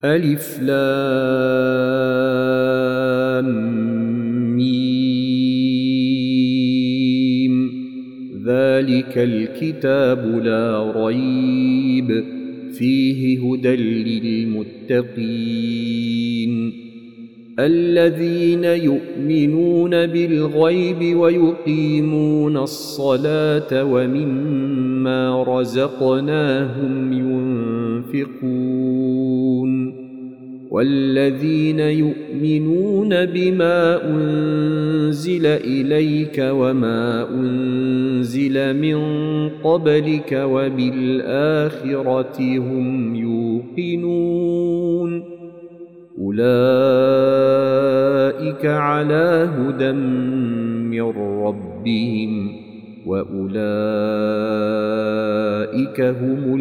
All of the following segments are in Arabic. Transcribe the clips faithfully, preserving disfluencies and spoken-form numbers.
ألف لام ميم ذلك الكتاب لا ريب فيه هدى للمتقين الذين يؤمنون بالغيب ويقيمون الصلاة ومما رزقناهم ينفقون والذين يؤمنون بما أنزل إليك وما أنزل من قبلك وبالآخرة هم يوقنون أولئك على هدى من ربهم وأولئك هم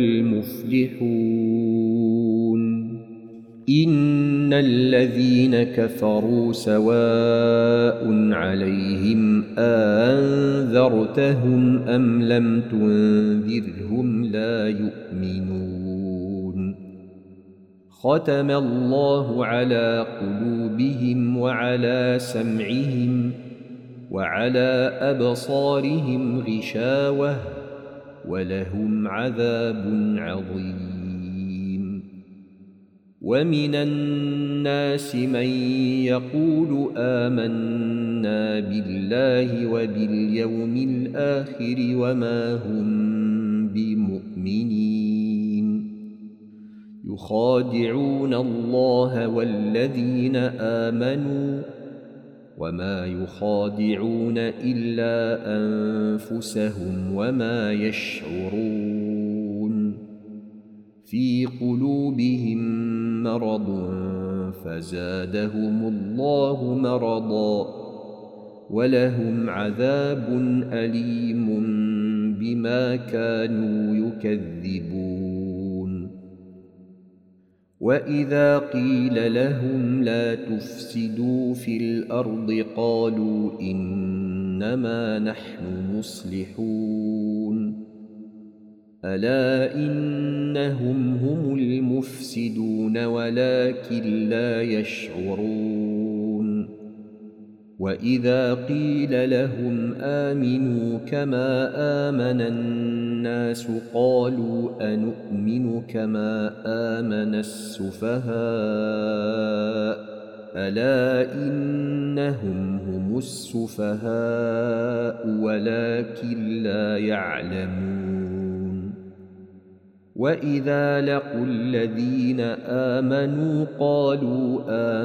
المفلحون إن الذين كفروا سواء عليهم أنذرتهم أم لم تنذرهم لا يؤمنون ختم الله على قلوبهم وعلى سمعهم وعلى أبصارهم غشاوة ولهم عذاب عظيم ومن الناس من يقول آمنا بالله وباليوم الآخر وما هم بمؤمنين يخادعون الله والذين آمنوا وما يخادعون إلا أنفسهم وما يشعرون في قلوبهم مرض فزادهم الله مرضا ولهم عذاب أليم بما كانوا يكذبون وإذا قيل لهم لا تفسدوا في الأرض قالوا إنما نحن مصلحون ألا إنهم هم المفسدون ولكن لا يشعرون وإذا قيل لهم آمنوا كما آمن الناس قالوا أنؤمن كما آمن السفهاء ألا إنهم هم السفهاء ولكن لا يعلمون وإذا لقوا الذين آمنوا قالوا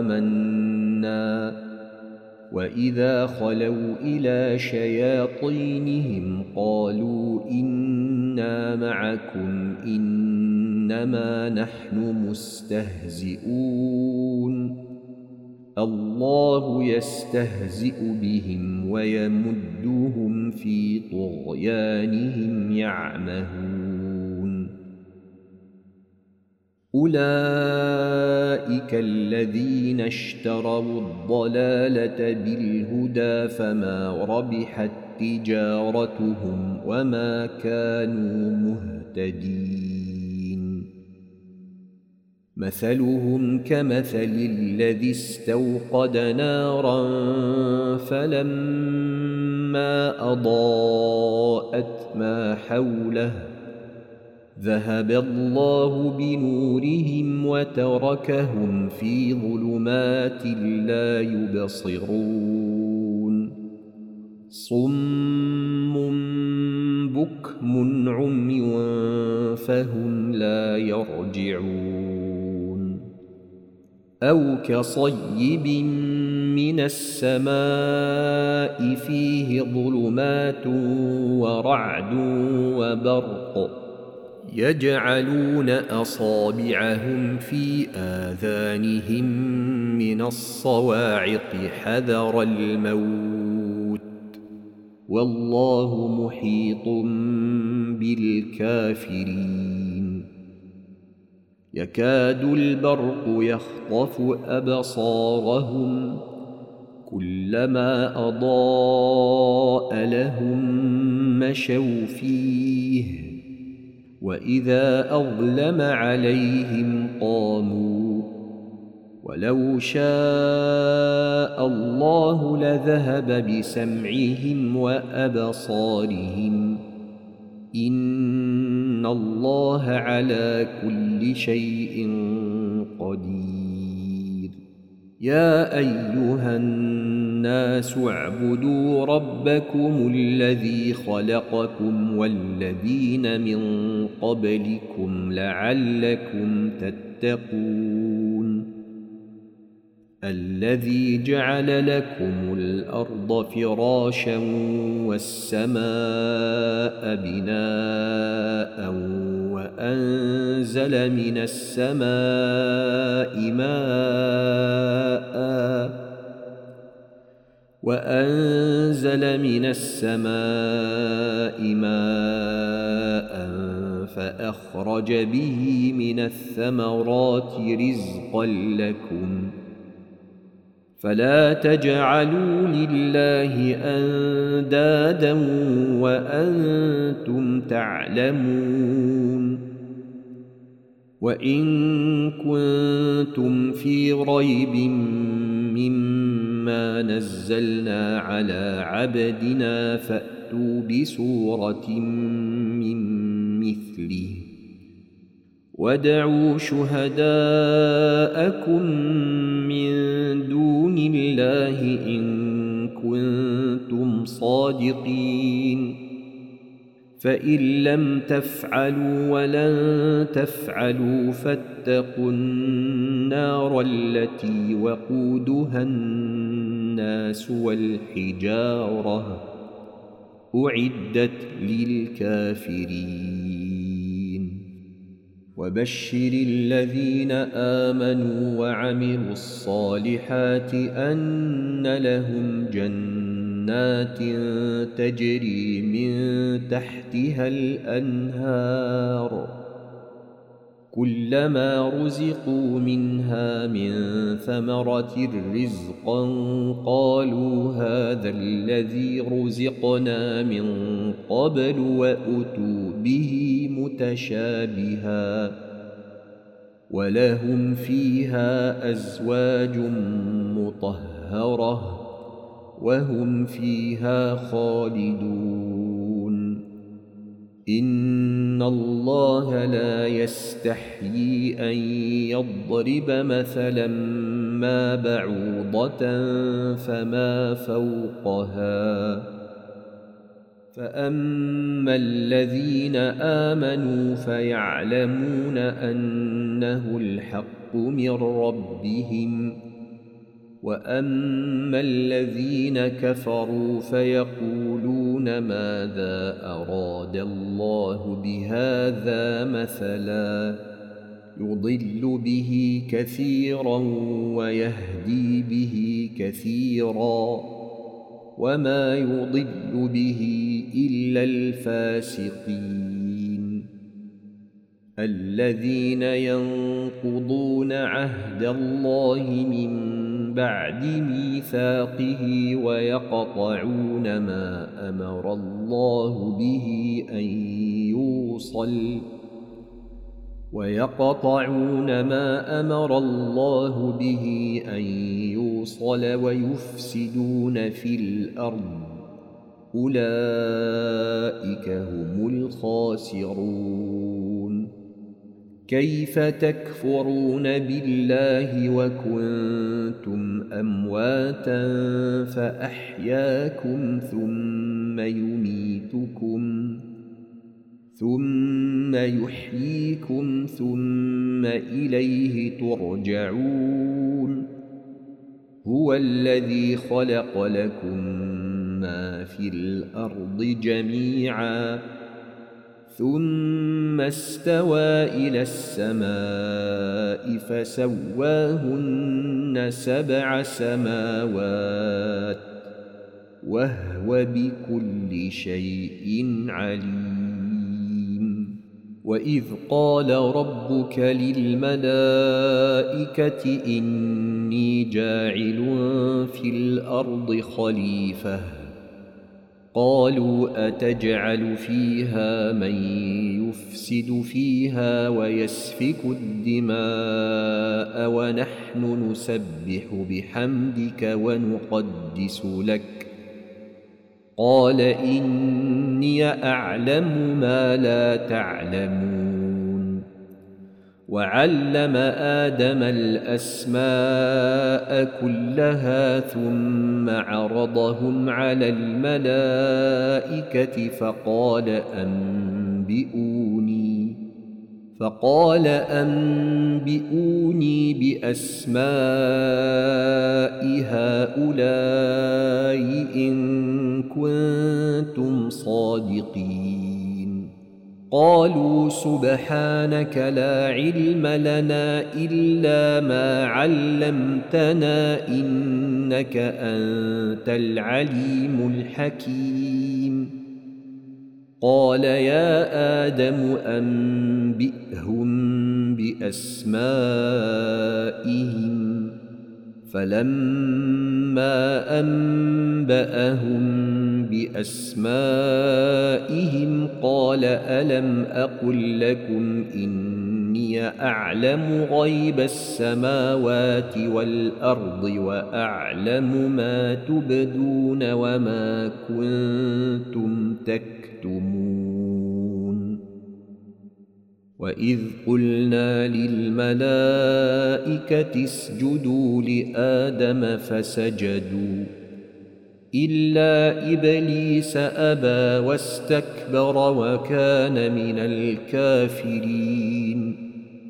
آمنا وإذا خلوا إلى شياطينهم قالوا إنا معكم إنما نحن مستهزئون الله يستهزئ بهم ويمدهم في طغيانهم يعمهون أولئك الذين اشتروا الضلالة بالهدى فما ربحت تجارتهم وما كانوا مهتدين مثلهم كمثل الذي استوقد نارا فلما أضاءت ما حوله ذهب الله بنورهم وتركهم في ظلمات لا يبصرون صم بكم عمي فهم لا يرجعون أو كصيب من السماء فيه ظلمات ورعد وبرق يجعلون أصابعهم في آذانهم من الصواعق حذر الموت والله محيط بالكافرين يكاد البرق يخطف أبصارهم كلما أضاء لهم مشوا فيه وإذا أظلم عليهم قاموا ولو شاء الله لذهب بسمعهم وأبصارهم إن الله على كل شيء قدير. يا أيها الناس اعبدوا ربكم الذي خلقكم والذين من قبلكم لعلكم تتقون. الذي جعل لكم الأرض فراشا والسماء بناء وأنزل من السماء ماء وأنزل من السماء ماء فأخرج به من الثمرات رزقا لكم فلا تجعلوا لله أندادا وأنتم تعلمون. وإن كنتم في ريب مما نزلنا على عبدنا فأتوا بسورة من مثله وادعوا شهداءكم من دون الله إن كنتم صادقين. فإن لم تفعلوا ولن تفعلوا فاتقوا النار التي وقودها الناس والحجارة أعدت للكافرين. وبشر الذين آمنوا وعملوا الصالحات أن لهم جنات تجري من تحتها الأنهار كلما رزقوا منها من ثمرة رزقا قالوا هذا الذي رزقنا من قبل وأتوا به متشابها ولهم فيها أزواج مطهرة وهم فيها خالدون. إن الله لا يستحيي أن يضرب مثلا ما بعوضة فما فوقها فأما الذين آمنوا فيعلمون أنه الحق من ربهم وأما الذين كفروا فيقولون ماذا أراد الله بهذا مثلا يضل به كثيرا ويهدي به كثيرا وما يضل به إلا الفاسقين الذين ينقضون عهد الله من بعد ميثاقه ويقطعون ما أمر الله به أن يوصل ويقطعون ما أمر الله به أن يوصل ويفسدون في الأرض أولئك هم الخاسرون. كيف تكفرون بالله وكنتم أمواتا فأحياكم ثم يميتكم ثم يحييكم ثم إليه ترجعون. هو الذي خلق لكم ما في الأرض جميعا ثم استوى إلى السماء فسواهن سبع سماوات وهو بكل شيء عليم. وإذ قال ربك للملائكة إني جاعل في الأرض خليفة قالوا أتجعل فيها من يفسد فيها ويسفك الدماء ونحن نسبح بحمدك ونقدس لك قال إني أعلم ما لا تعلمون وعلم آدم الأسماء كلها ثم عرضهم على الملائكة فقال أنبئوني فقال أنبئوني بأسماء هؤلاء إن كنتم صادقين قالوا سبحانك لا علم لنا إلا ما علمتنا إنك أنت العليم الحكيم قال يا آدم أنبئهم بأسمائهم فلما أنبأهم بأسمائهم قال ألم أقل لكم إني أعلم غيب السماوات والأرض وأعلم ما تبدون وما كنتم تكتمون وإذ قلنا للملائكة اسجدوا لآدم فسجدوا إلا إبليس أبى واستكبر وكان من الكافرين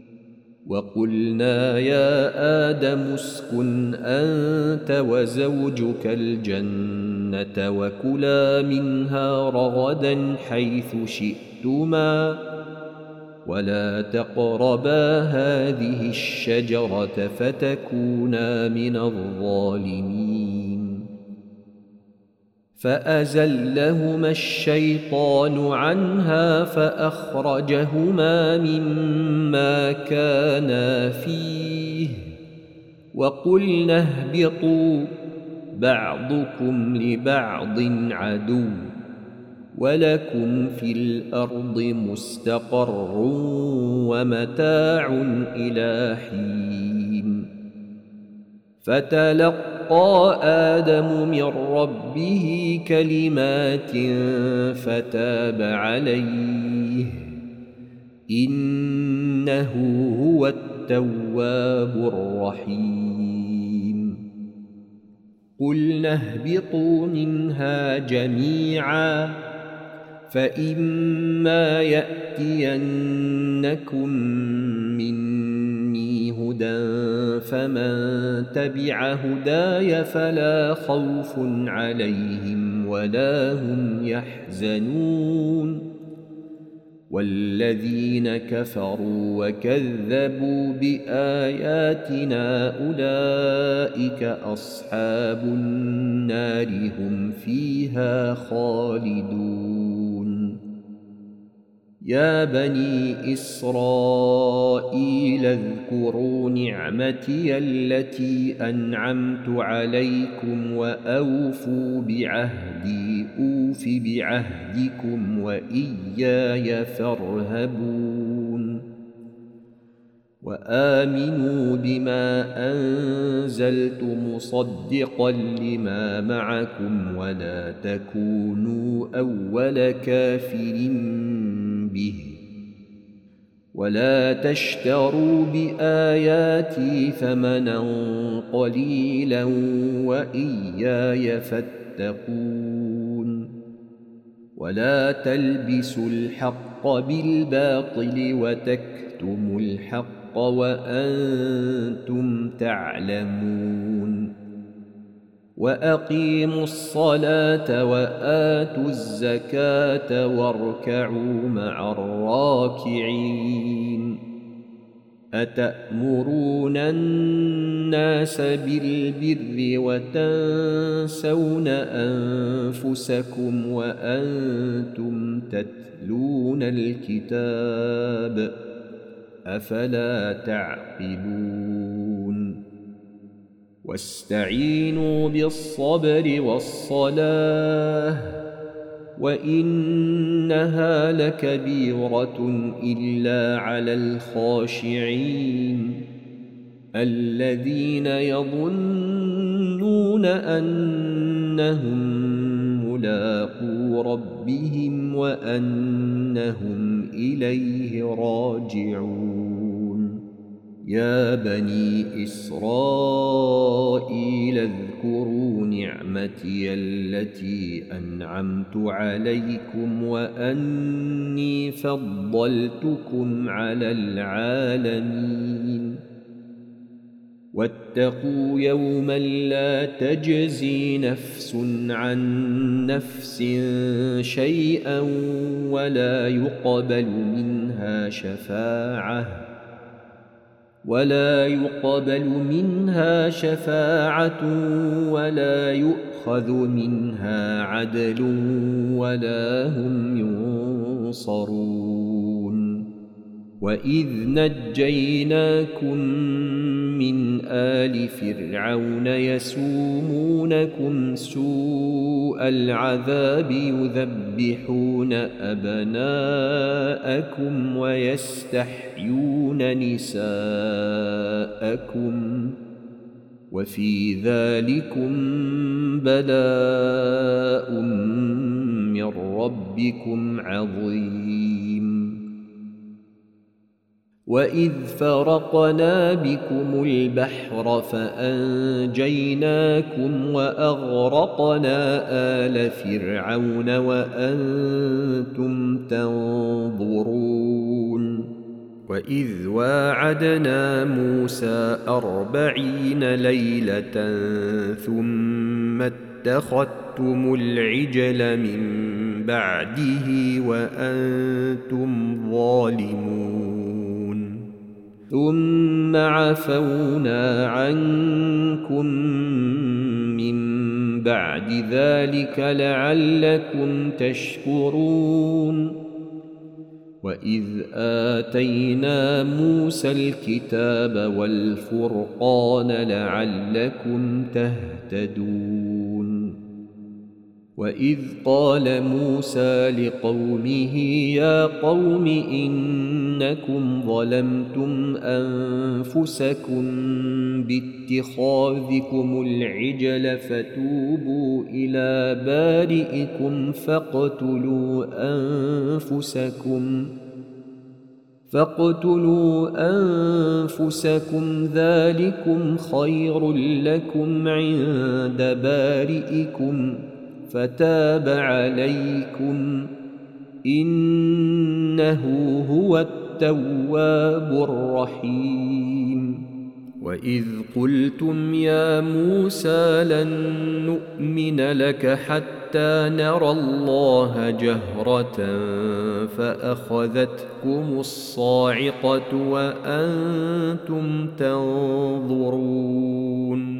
وقلنا يا آدم اسكن أنت وزوجك الجنة وكلا منها رغدا حيث شئتما ولا تقربا هذه الشجرة فتكونا من الظالمين فأزلهما الشيطان عنها فأخرجهما مما كانا فيه وقلنا اهبطوا بعضكم لبعض عدو ولكم في الأرض مستقر ومتاع إلى حين فتلقى آدم من ربه كلمات فتاب عليه إنه هو التواب الرحيم قلنا اهبطوا منها جميعا فإما يأتينكم مني هدى فمن تبع هداي فلا خوف عليهم ولا هم يحزنون والذين كفروا وكذبوا بآياتنا أولئك أصحاب النار هم فيها خالدون يا بني إسرائيل اذكروا نعمتي التي أنعمت عليكم وأوفوا بعهدي أوف بعهدكم وإياي فارهبون وآمنوا بما أنزلت مصدقا لما معكم ولا تكونوا أول كافر به ولا تشتروا بآياتي ثمنا قليلا وإياي فاتقون ولا تلبسوا الحق بالباطل وتكتموا الحق وأنتم تعلمون وأقيموا الصلاة وآتوا الزكاة واركعوا مع الراكعين أتأمرون الناس بالبر وتنسون أنفسكم وأنتم تتلون الكتاب أفلا تعقلون واستعينوا بالصبر والصلاة وإنها لكبيرة إلا على الخاشعين الذين يظنون أنهم ملاقو ربهم وأنهم إليه راجعون يا بني إسرائيل اذكروا نعمتي التي أنعمت عليكم وأني فضلتكم على العالمين واتقوا يوما لا تجزي نفس عن نفس شيئا ولا يقبل منها شفاعة ولا يقبل منها شفاعة ولا يؤخذ منها عدل ولا هم ينصرون وإذ نجيناكم من آل فرعون يسومونكم سوء العذاب يذبحون أبناءكم ويستحيون نساءكم وفي ذلكم بلاء من ربكم عظيم وإذ فرقنا بكم البحر فأنجيناكم وأغرقنا آل فرعون وأنتم تنظرون وإذ واعدنا موسى أربعين ليلة ثم اتخذتم العجل من بعده وأنتم ظالمون ثم عفونا عنكم من بعد ذلك لعلكم تشكرون وإذ آتينا موسى الكتاب والفرقان لعلكم تهتدون وإذ قال موسى لقومه يا قوم إنكم ظلمتم أنفسكم باتخاذكم العجل فتوبوا إلى بارئكم فاقتلوا أنفسكم فاقتلوا أنفسكم ذلكم خير لكم عند بارئكم فتاب عليكم إنه هو التواب الرحيم وإذ قلتم يا موسى لن نؤمن لك حتى نرى الله جهرة فأخذتكم الصاعقة وأنتم تنظرون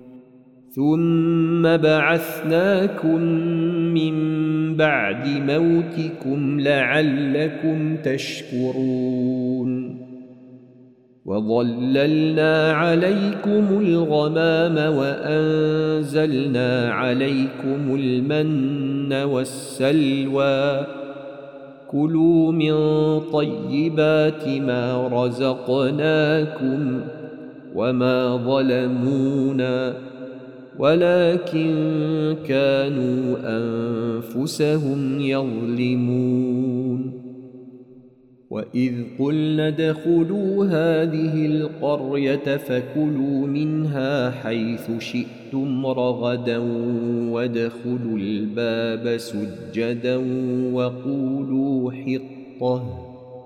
ثم بعثناكم من بعد موتكم لعلكم تشكرون وظللنا عليكم الغمام وأنزلنا عليكم المن والسلوى كلوا من طيبات ما رزقناكم وما ظلمونا ولكن كانوا أنفسهم يظلمون وإذ قلنا ادخلوا هذه القرية فكلوا منها حيث شئتم رغدا وادخلوا الباب سجدا وقولوا حطة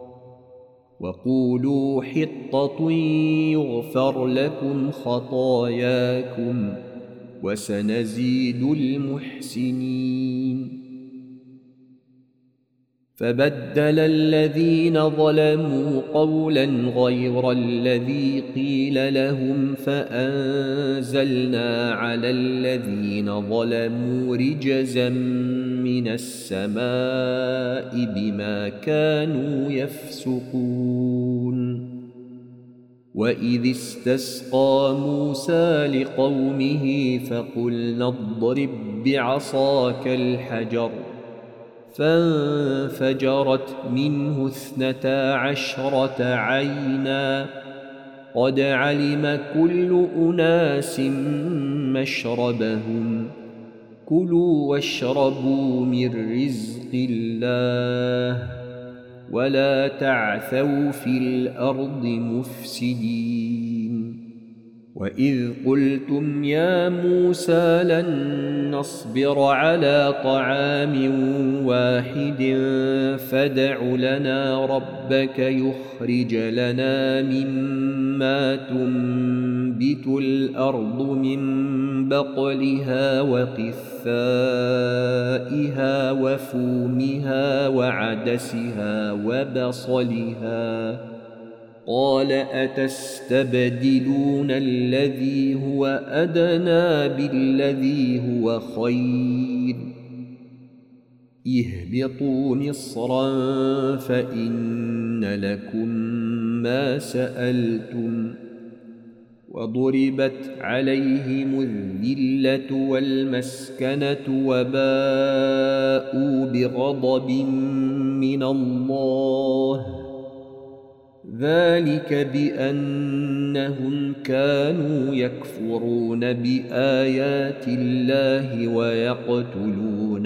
وقولوا حطة يغفر لكم خطاياكم وسنزيد المحسنين فبدل الذين ظلموا قولا غير الذي قيل لهم فأنزلنا على الذين ظلموا رجزا من السماء بما كانوا يفسقون وإذ استسقى موسى لقومه فقلنا اضرب بعصاك الحجر فانفجرت منه اثنتا عشرة عينا قد علم كل أناس مشربهم كلوا واشربوا من رزق الله ولا تعثوا في الأرض مفسدين وإذ قلتم يا موسى لن نصبر على طعام واحد فادع لنا ربك يخرج لنا مما تنبت الأرض من بقلها وقثائها وفومها وعدسها وبصلها قال أتستبدلون الذي هو أدنى بالذي هو خير اهبطوا مصرا فإن لكم ما سألتم وضربت عليهم الذلة والمسكنة وباءوا بغضب من الله ذلك بأنهم كانوا يكفرون بآيات الله ويقتلون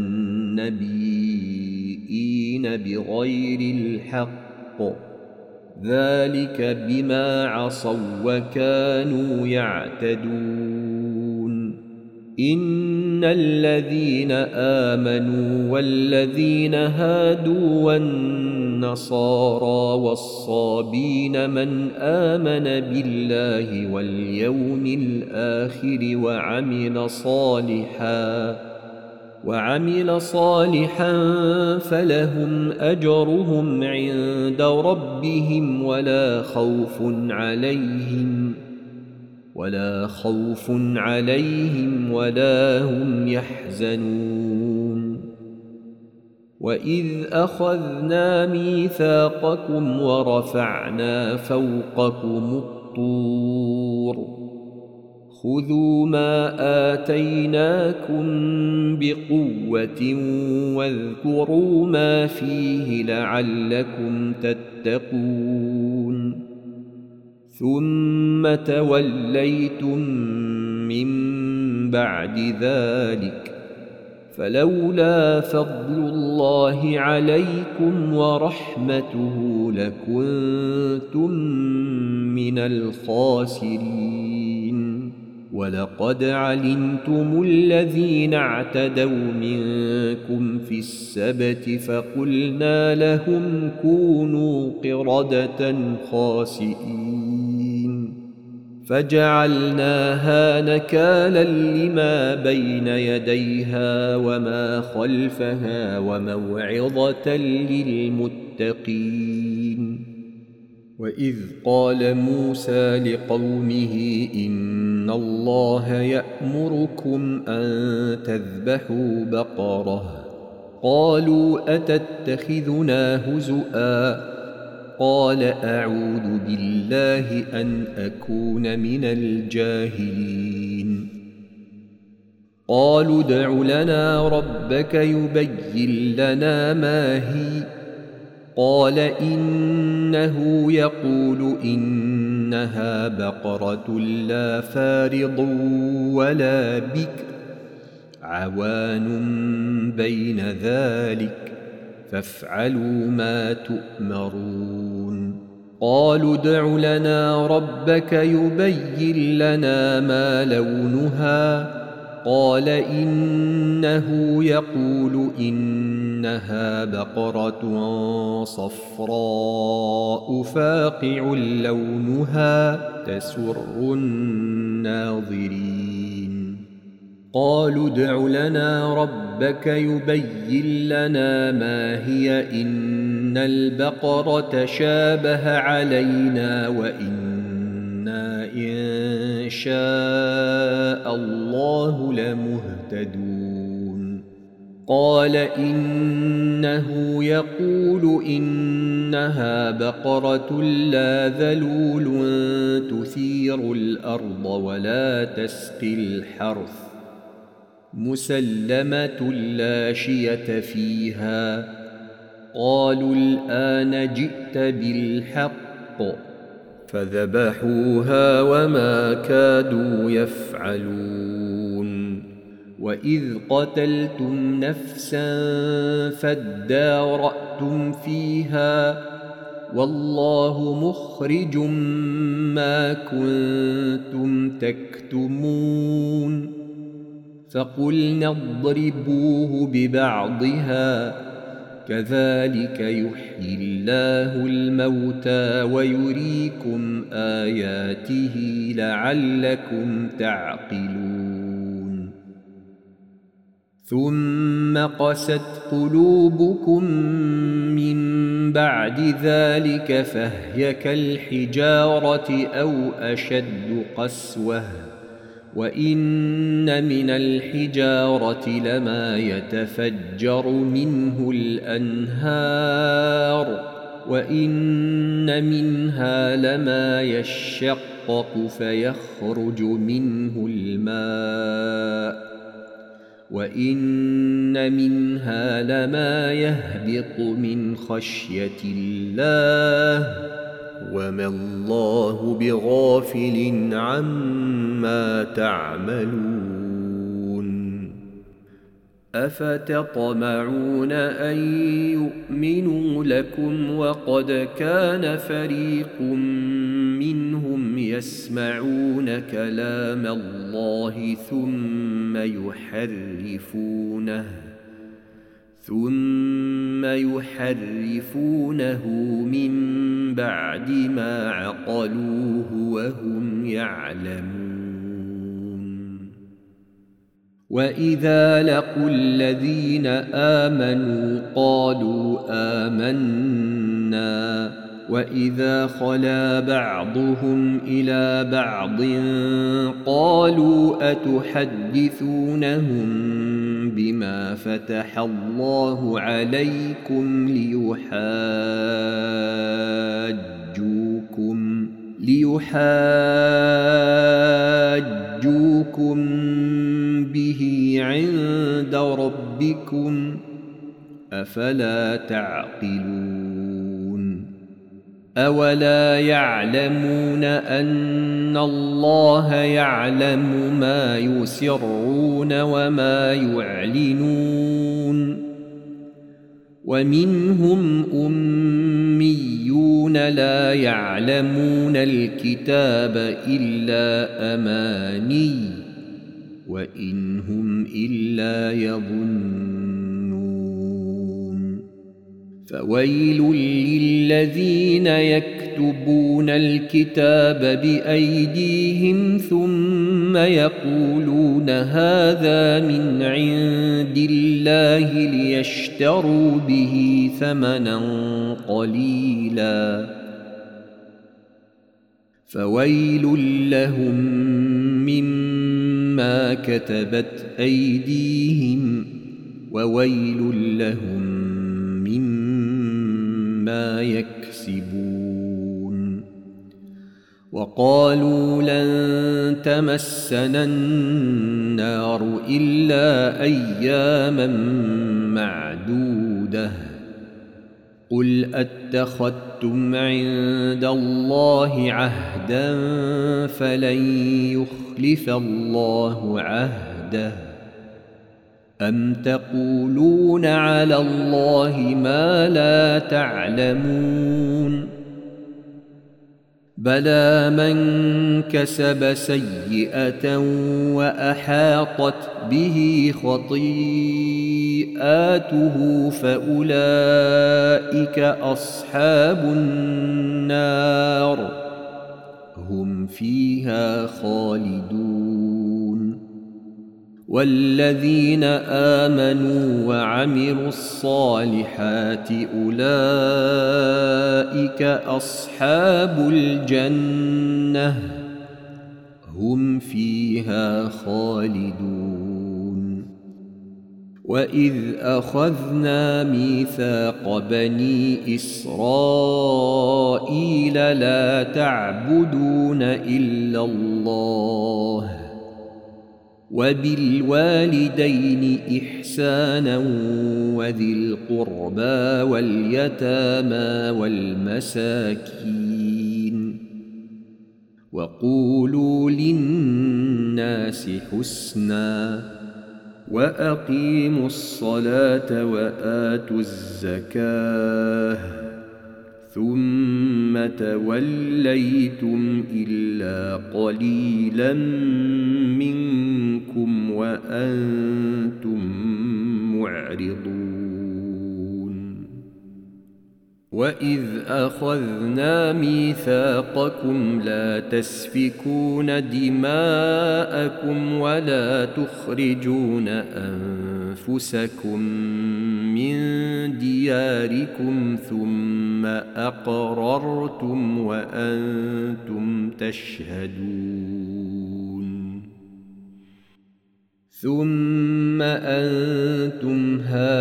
النبيين بغير الحق ذلك بما عصوا وكانوا يعتدون إن الذين آمنوا والذين هادوا والنصارى والصابين من آمن بالله واليوم الآخر وعمل صالحا وعمل صالحا فلهم أجرهم عند ربهم ولا خوف عليهم ولا خوف عليهم ولا هم يحزنون وإذ أخذنا ميثاقكم ورفعنا فوقكم الطور خذوا ما آتيناكم بقوة واذكروا ما فيه لعلكم تتقون ثم توليتم من بعد ذلك فلولا فضل الله عليكم ورحمته لكنتم من الخاسرين ولقد علمتم الذين اعتدوا منكم في السبت فقلنا لهم كونوا قردة خاسئين فجعلناها نكالا لما بين يديها وما خلفها وموعظة للمتقين وإذ قال موسى لقومه إن الله يأمركم أن تذبحوا بقرة قالوا أتتخذنا هزؤا قال أعوذ بالله أن أكون من الجاهلين قالوا ادع لنا ربك يبين لنا ما هي قال إنه يقول إنها بقرة لا فارض ولا بكر عوان بين ذلك فافعلوا ما تؤمرون قالوا ادع لنا ربك يبين لنا ما لونها قال إنه يقول إنها بقرة صفراء فاقع لونها تسر الناظرين قالوا ادع لنا ربك يبين لنا ما هي إن البقرة شابه علينا وإنا إن شاء الله لمهتدون قال إنه يقول إنها بقرة لا ذلول تثير الأرض ولا تسقي الحرث مسلمة لا شية فيها. قالوا الآن جئت بالحق، فذبحوها وما كادوا يفعلون. وإذ قتلتم نفسا فادارأتم فيها والله مخرج ما كنتم تكتمون. فقلنا اضربوه ببعضها كذلك يحيي الله الموتى ويريكم آياته لعلكم تعقلون. ثم قست قلوبكم من بعد ذلك فهي كالحجارة أو أشد قسوة. وإن من الحجارة لما يتفجر منه الأنهار وإن منها لما يشقق فيخرج منه الماء وإن منها لما يهبط من خشية الله وما الله بغافل عما تعملون. أفتطمعون أن يؤمنوا لكم وقد كان فريق منهم يسمعون كلام الله ثم يحرفونه ثم يحرفونه من بعد ما عقلوه وهم يعلمون. وإذا لقوا الذين آمنوا قالوا آمنا وإذا خلا بعضهم إلى بعض قالوا أتحدثونهم بما فتح الله عليكم ليحاجوكم ليحاجوكم به عند ربكم أفلا تعقلون. أولا يعلمون أن الله يعلم ما يسرون وما يعلنون. ومنهم أميون لا يعلمون الكتاب إلا أماني وإن هم إلا يظنون. فويل للذين يكتبون الكتاب بأيديهم ثم يقولون هذا من عند الله ليشتروا به ثمنا قليلا فويل لهم مما كتبت أيديهم وويل لهم مما يكسبون. وقالوا لن تمسنا النار إلا أياما معدودة قل أتخذتم عند الله عهدا فلن يخلف الله عهده أم تقولون على الله ما لا تعلمون. بلى من كسب سيئة وأحاطت به خطيئاته فأولئك أصحاب النار هم فيها خالدون. والذين آمنوا وعملوا الصالحات أولئك أصحاب الجنة هم فيها خالدون. وإذ أخذنا ميثاق بني إسرائيل لا تعبدون إلا الله وبالوالدين إحسانا وذي القربى واليتامى والمساكين وقولوا للناس حسنا وأقيموا الصلاة وآتوا الزكاة ثم توليتم إلا قليلا منكم وأنتم معرضون وإذ أخذنا ميثاقكم لا تسفكون دماءكم ولا تخرجون أنفسكم من دياركم ثم أقررتم وأنتم تشهدون ثم أنتم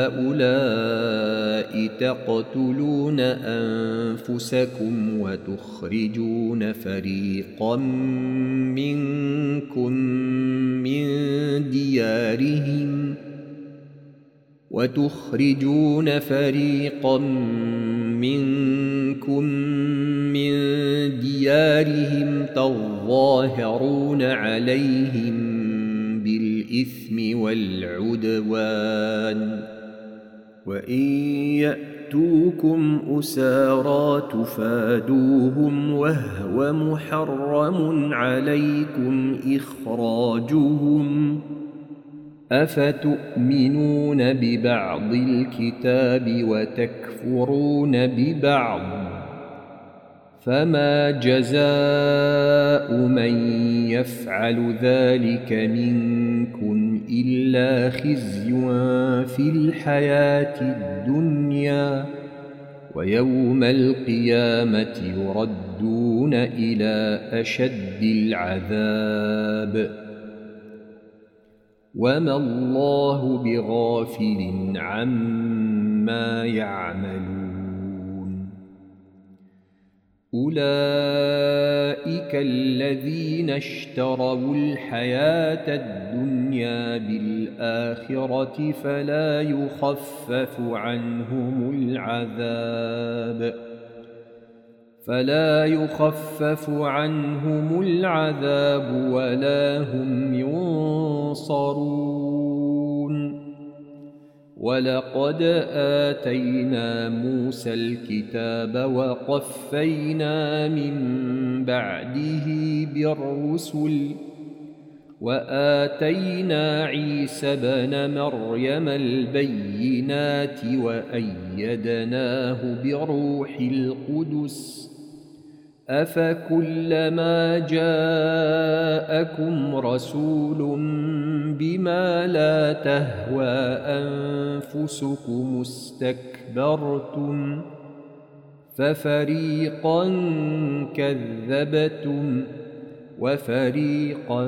هؤلاء تقتلون أنفسكم وتخرجون فريقا منكم من ديارهم وتخرجون فريقا منكم من ديارهم تظاهرون عليهم بالإثم والعدوان وإن يأتوكم أسارى تفادوهم وهو محرم عليكم إخراجهم أفتؤمنون ببعض الكتاب وتكفرون ببعض فما جزاء من يفعل ذلك منكم إلا خزي في الحياة الدنيا ويوم القيامة يردون إلى أشد العذاب وما الله بغافل عما يعملون أولئك الذين اشتروا الحياة الدنيا بالآخرة فلا يخفف عنهم العذاب فلا يخفف عنهم العذاب ولا هم ينصرون ولقد آتينا موسى الكتاب وقفينا من بعده بالرسل وآتينا عيسى ابن مريم البينات وأيدناه بروح القدس أفكلما جاءكم رسول بما لا تهوى أنفسكم استكبرتم ففريقا كذبتم وفريقا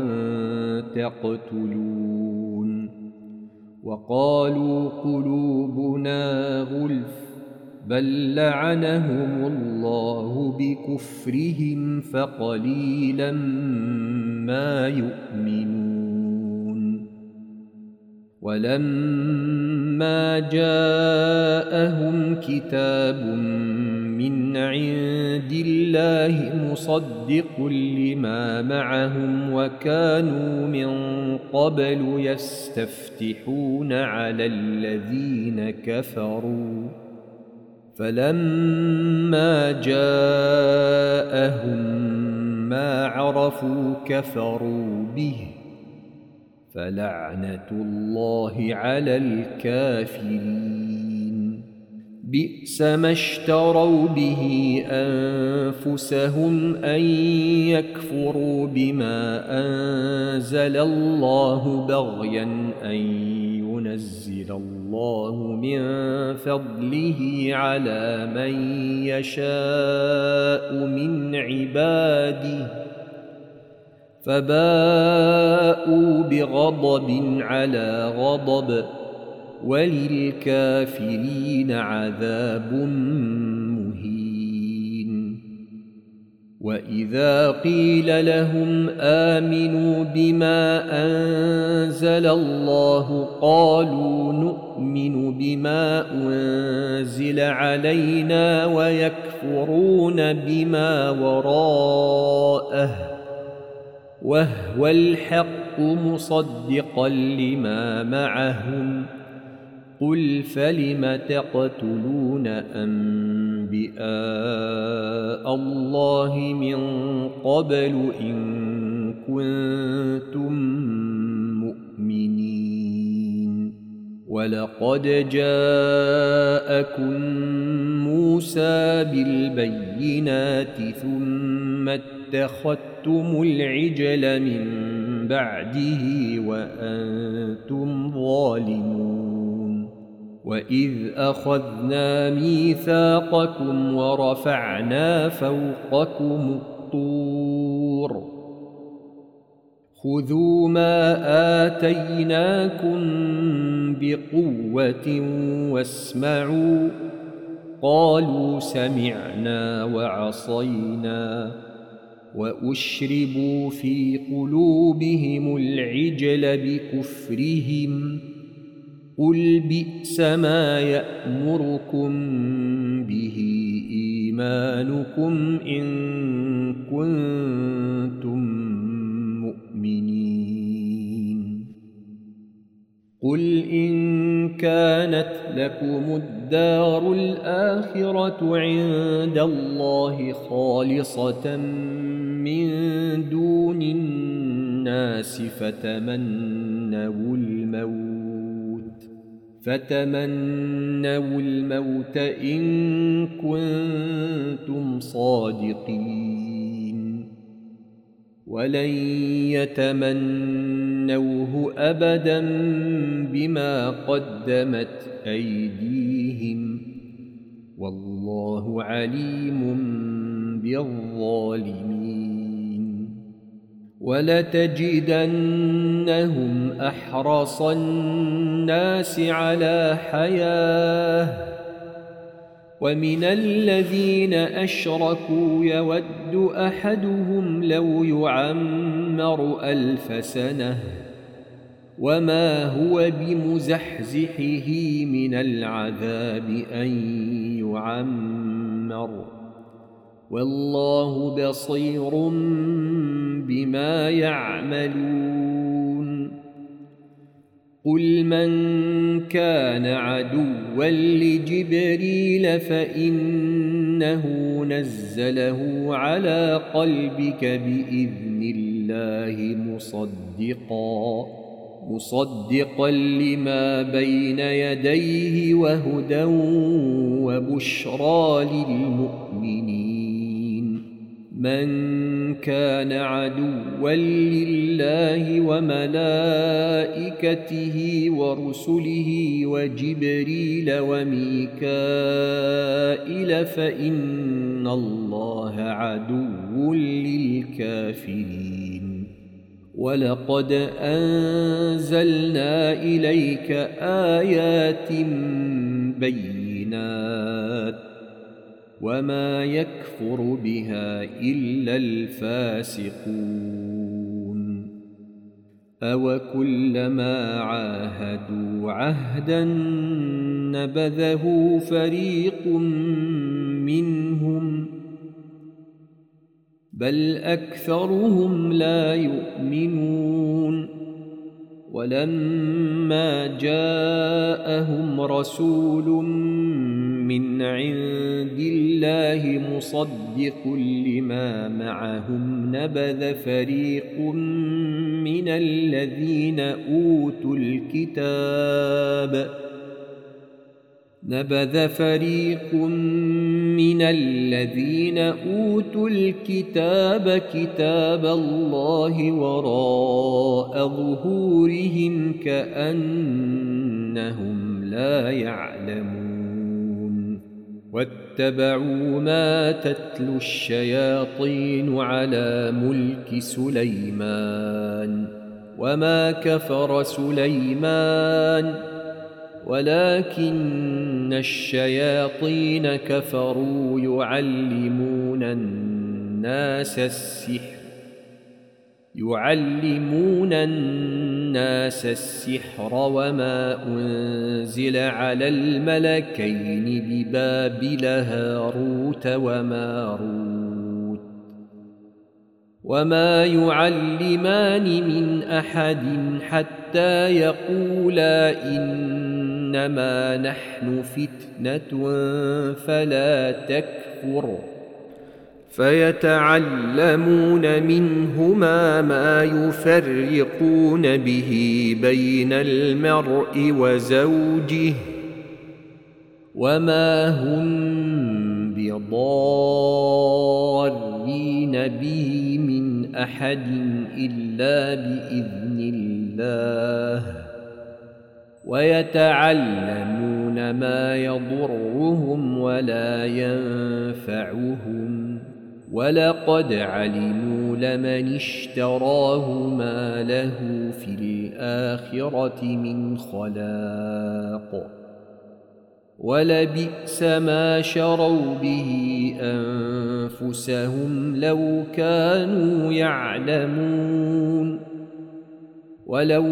تقتلون وقالوا قلوبنا غلف بل لعنهم الله بكفرهم فقليلا ما يؤمنون ولما جاءهم كتاب من عند الله مصدق لما معهم وكانوا من قبل يستفتحون على الذين كفروا فلما جاءهم ما عرفوا كفروا به فلعنة الله على الكافرين بئس ما اشتروا به أنفسهم أن يكفروا بما أنزل الله بغيا أن ينزل الله من فضله على من يشاء من عباده فباءوا بغضب على غضب وللكافرين عذاب مهين وإذا قيل لهم آمنوا بما أنزل الله قالوا نؤمن بما أنزل علينا ويكفرون بما وراءه وهو الحق مصدقا لما معهم قل فلم تقتلون أنبياء الله من قبل إن كنتم مؤمنين ولقد جاءكم موسى بالبينات ثم اتخذتم العجل من بعده وأنتم ظالمون وإذ أخذنا ميثاقكم ورفعنا فوقكم الطور خذوا ما آتيناكم بقوة واسمعوا قالوا سمعنا وعصينا وأشربوا في قلوبهم العجل بكفرهم قل بئس ما يأمركم به إيمانكم إن كنتم مؤمنين قل إن كانت لكم الدار الآخرة عند الله خالصة من دون الناس فتمنوا الموت فتمنوا الموت إن كنتم صادقين ولن يتمنوه أبدا بما قدمت أيديهم والله عليم بالظالمين ولتجدنهم أحرص الناس على حياة ومن الذين أشركوا يود أحدهم لو يعمر ألف سنة وما هو بمزحزحه من العذاب أن يعمر والله بصير بما يعملون قل من كان عدوا لجبريل فإنه نزله على قلبك بإذن الله مصدقا مصدقا لما بين يديه وهدى وبشرى للمؤمنين من كان عدوا لله وملائكته ورسله وجبريل وميكائيل فإن الله عدو للكافرين ولقد أنزلنا إليك آيات بينات وما يكفر بها إلا الفاسقون أوكلما عاهدوا عهدا نبذه فريق منهم بل أكثرهم لا يؤمنون ولما جاءهم رسول من عند الله مصدق لما معهم نبذ فريق من الذين أوتوا الكتاب نبذ فريق من الذين أوتوا الكتاب كتاب الله وراء ظهورهم كأنهم لا يعلمون واتبعوا ما تتلو الشياطين على ملك سليمان وما كفر سليمان ولكن الشياطين كفروا يعلمون الناس السحر يعلمون الناس السحر وما أنزل على الملكين ببابل هاروت وماروت وما يعلمان من أحد حتى يقولا إنما نحن فتنة فلا تكفر فيتعلمون منهما ما يفرقون به بين المرء وزوجه وما هم بضارين به من أحد إلا بإذن الله ويتعلمون ما يضرهم ولا ينفعهم ولقد علموا لمن اشتراه ما له في الآخرة من خلاق ولبئس ما شروا به أنفسهم لو كانوا يعلمون ولو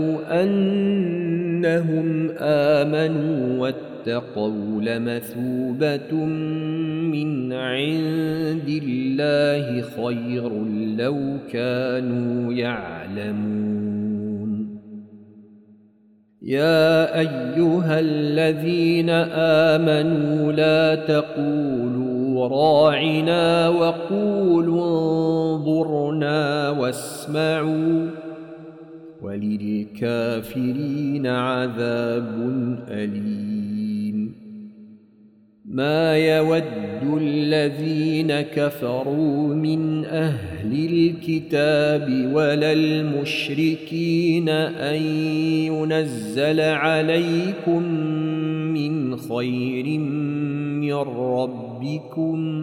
أنهم آمنوا واتقوا لمثوبة من عند الله خير لو كانوا يعلمون يا أيها الذين آمنوا لا تقولوا راعنا وقولوا انظرنا واسمعوا وللكافرين عذاب أليم ما يود الذين كفروا من أهل الكتاب ولا المشركين أن ينزل عليكم من خير من ربكم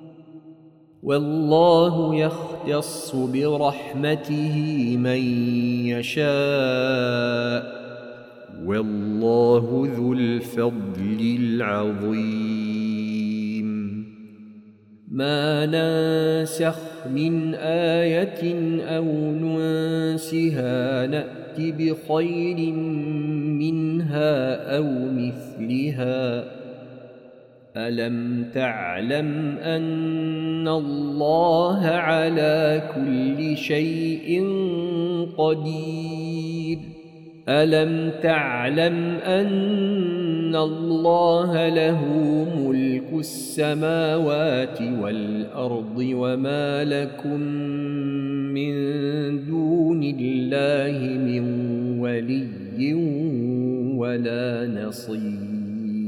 والله يختص برحمته من يشاء والله ذو الفضل العظيم ما ننسخ من آية أو ننسها نأت بخير منها أو مثلها ألم تعلم أن الله على كل شيء قدير ألم تعلم أن الله له ملك السماوات والأرض وما لكم من دون الله من ولي ولا نصير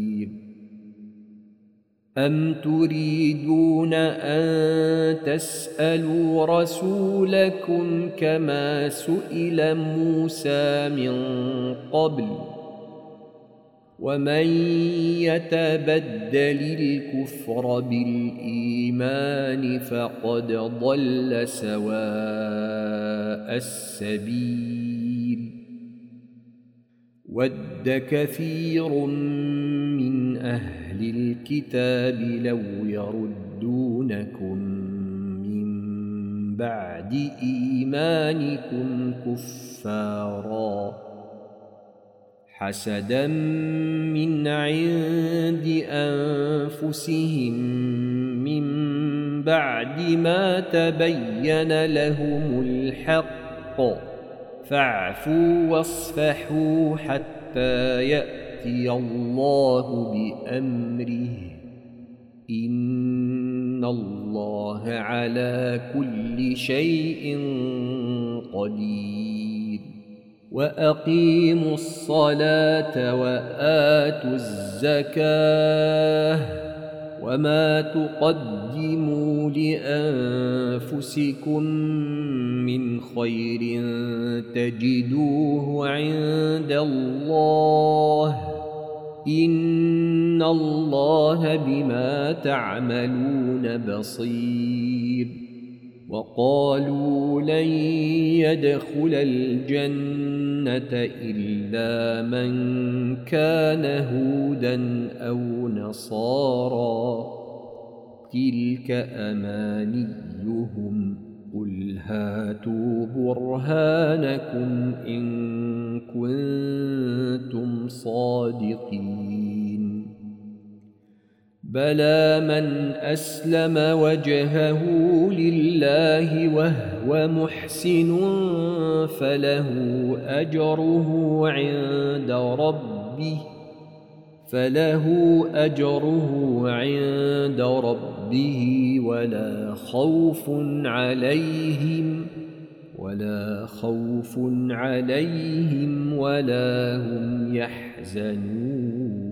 أم تريدون أن تسألوا رسولكم كما سئل موسى من قبل ومن يتبدل الكفر بالإيمان فقد ضل سواء السبيل ود كثير من أهل الكتاب لو يردونكم من بعد إيمانكم كفارا حسدا من عند أنفسهم من بعد ما تبين لهم الحق فاعفوا واصفحوا حتى يأتي الله بأمره إن الله على كل شيء قدير وأقيموا الصلاة وآتوا الزكاة وما تقدموا لأنفسكم من خير تجدوه عند الله إن الله بما تعملون بصير وقالوا لن يدخل الجنة إلا من كان هودا أو نصارى تلك أمانيهم قل هاتوا برهانكم إن كنتم صادقين بلى من أسلم وجهه لله وهو محسن فله أجره عند ربه فله أجره عند ربه ولا خوف عليهم ولا خوف عليهم ولا هم يحزنون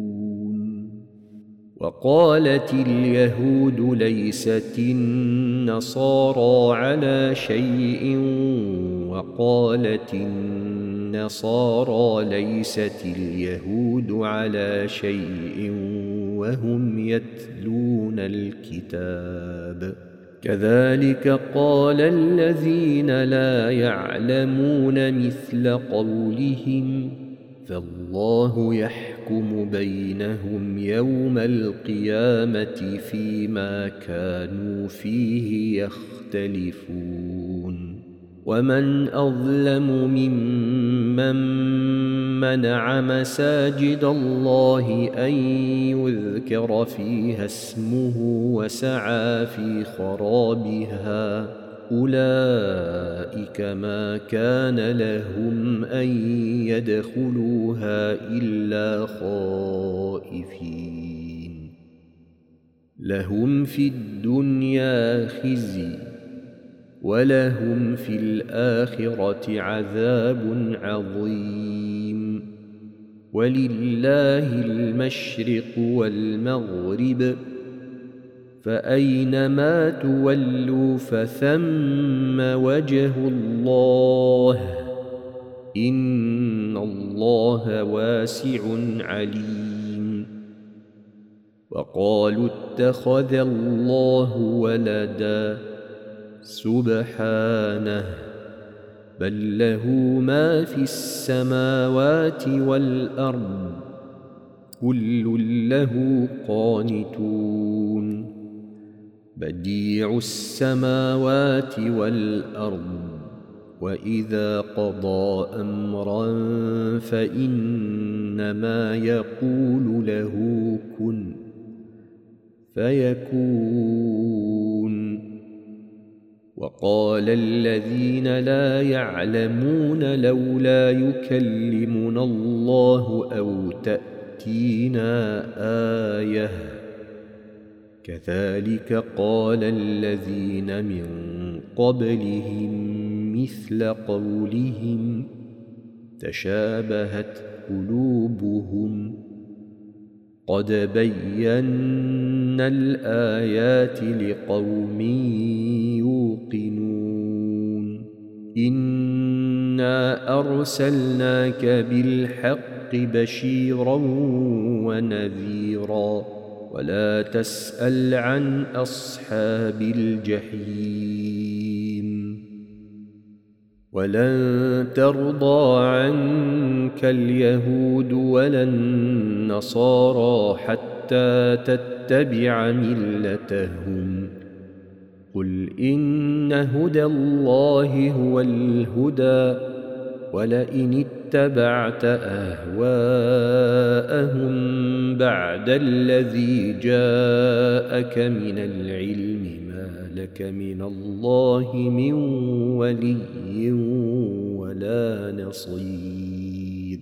وقالت اليهود ليست النصارى على شيء وقالت النصارى ليست اليهود على شيء وهم يتلون الكتاب كذلك قال الذين لا يعلمون مثل قولهم فالله يحكم بينهم يوم القيامة فيما كانوا فيه يختلفون ومن أظلم ممن منع مساجد الله أن يذكر فيها اسمه وسعى في خرابها أولئك ما كان لهم أن يدخلوها إلا خائفين لهم في الدنيا خزي ولهم في الآخرة عذاب عظيم ولله المشرق والمغرب فأينما تولوا فثم وجه الله إن الله واسع عليم وقالوا اتخذ الله ولدا سبحانه بل له ما في السماوات والأرض كل له قانتون بديع السماوات والأرض وإذا قضى أمرا فإنما يقول له كن فيكون وقال الذين لا يعلمون لولا يكلمنا الله أو تأتينا آية كذلك قال الذين من قبلهم مثل قولهم تشابهت قلوبهم قد بينا الآيات لقوم يوقنون إنا أرسلناك بالحق بشيرا ونذيرا ولا تسأل عن أصحاب الجحيم ولن ترضى عنك اليهود ولا النصارى حتى تتبع ملتهم قل إن هدى الله هو الهدى ولئن اتبعت أهواءهم بعد الذي جاءك من العلم ما لك من الله من ولي ولا نصير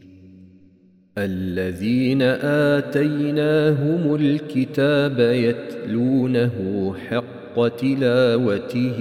الذين آتيناهم الكتاب يتلونه حق تلاوته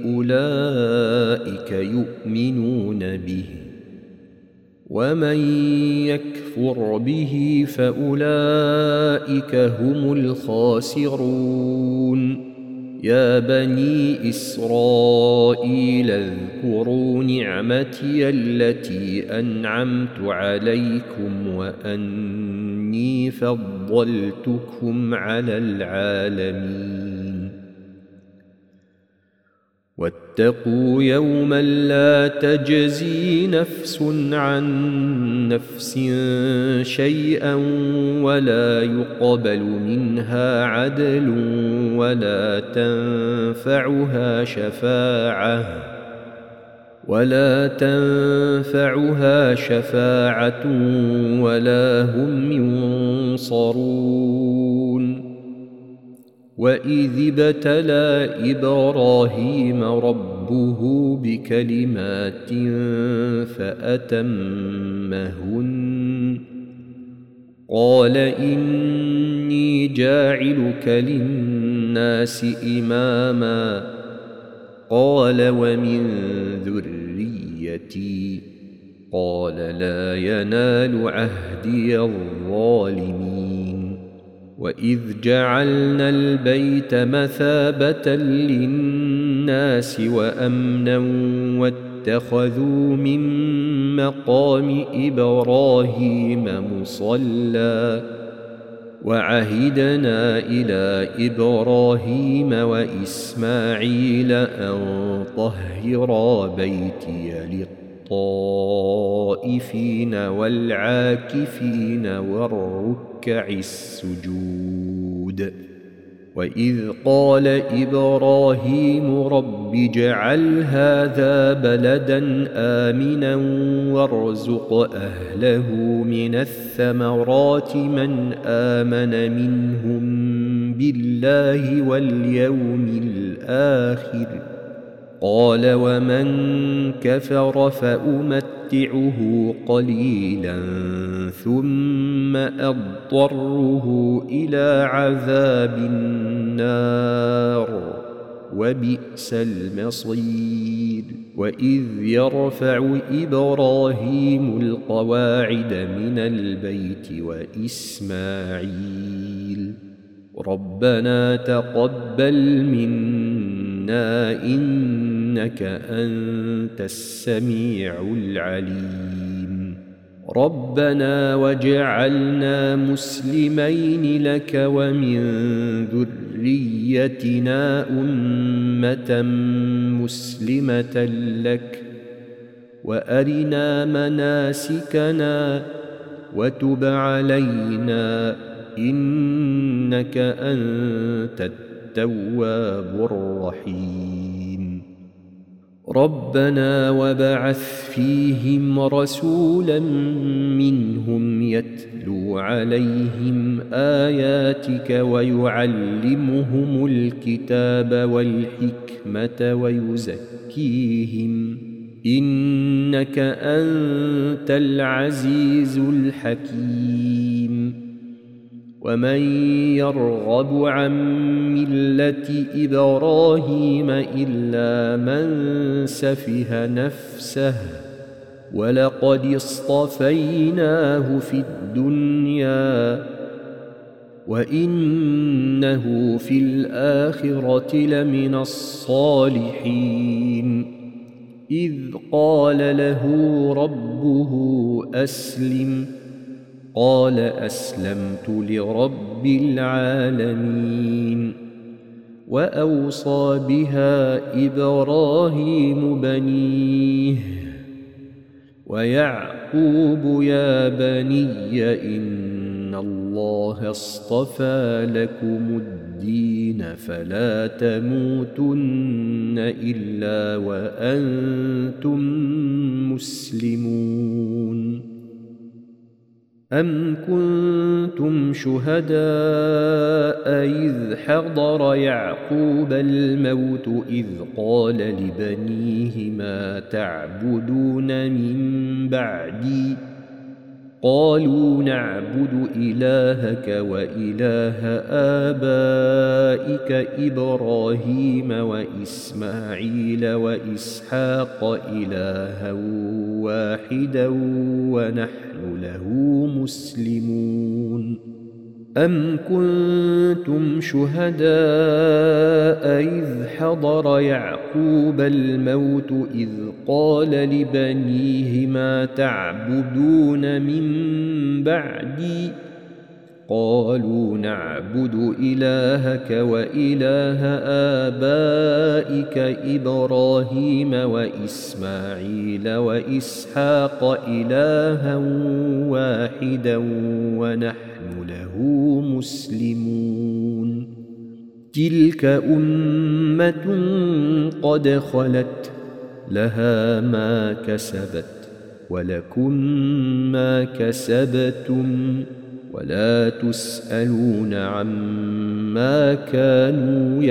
أولئك يؤمنون به ومن يكفر به فأولئك هم الخاسرون يا بني إسرائيل اذكروا نعمتي التي أنعمت عليكم وأني فضلتكم على العالمين واتقوا يوما لا تجزي نفس عن نفس شيئا ولا يقبل منها عدل ولا تنفعها شفاعة ولا تنفعها شفاعة ولا هم ينصرون. وإذ ابتلى إبراهيم ربه بكلمات فأتمهن قال إني جاعلك للناس إماما قال ومن ذريتي قال لا ينال عهدي الظالمين. وإذ جعلنا البيت مثابة للناس وأمنا واتخذوا من مقام إبراهيم مصلى وعهدنا إلى إبراهيم وإسماعيل أن طهرا بيتي للطائفين والعاكفين والركع السجود. وإذ قال إبراهيم رب اجعل هذا بلدا آمنا وارزق أهله من الثمرات من آمن منهم بالله واليوم الآخر قال ومن كفر فأمتعه قليلا ثم أضطره إلى عذاب النار وبئس المصير. وإذ يرفع إبراهيم القواعد من البيت وإسماعيل ربنا تقبل منا إنك أنت السميع العليم ربنا واجعلنا مسلمين لك ومن ذريتنا أمة مسلمة لك وأرنا مناسكنا وتب علينا إنك أنت التواب الرحيم. ربنا وابعث فيهم رسولا منهم يتلو عليهم آياتك ويعلمهم الكتاب والحكمة ويزكيهم إنك أنت العزيز الحكيم. ومن يرغب عن ملة إبراهيم إلا من سفه نفسه ولقد اصطفيناه في الدنيا وإنه في الآخرة لمن الصالحين. إذ قال له ربه أسلم قال أسلمت لرب العالمين. وأوصى بها إبراهيم بنيه ويعقوب يا بني إن الله اصطفى لكم الدين فلا تموتن إلا وأنتم مسلمون. أم كنتم شهداء إذ حضر يعقوب الموت إذ قال لبنيه ما تعبدون من بعدي قالوا نعبد إلهك وإله آبائك إبراهيم وإسماعيل وإسحاق إلها واحدا ونحن له مسلمون. أم كنتم شهداء إذ حضر يعقوب الموت إذ قال لبنيه ما تعبدون من بعدي قالوا نعبد إلهك وإله أولئك إبراهيم وإسماعيل وإسحاق إلها واحدا ونحن له مسلمون تلك أمة قد خلت لها ما كسبت ولكم ما كسبتم ولا تسألون عما كانوا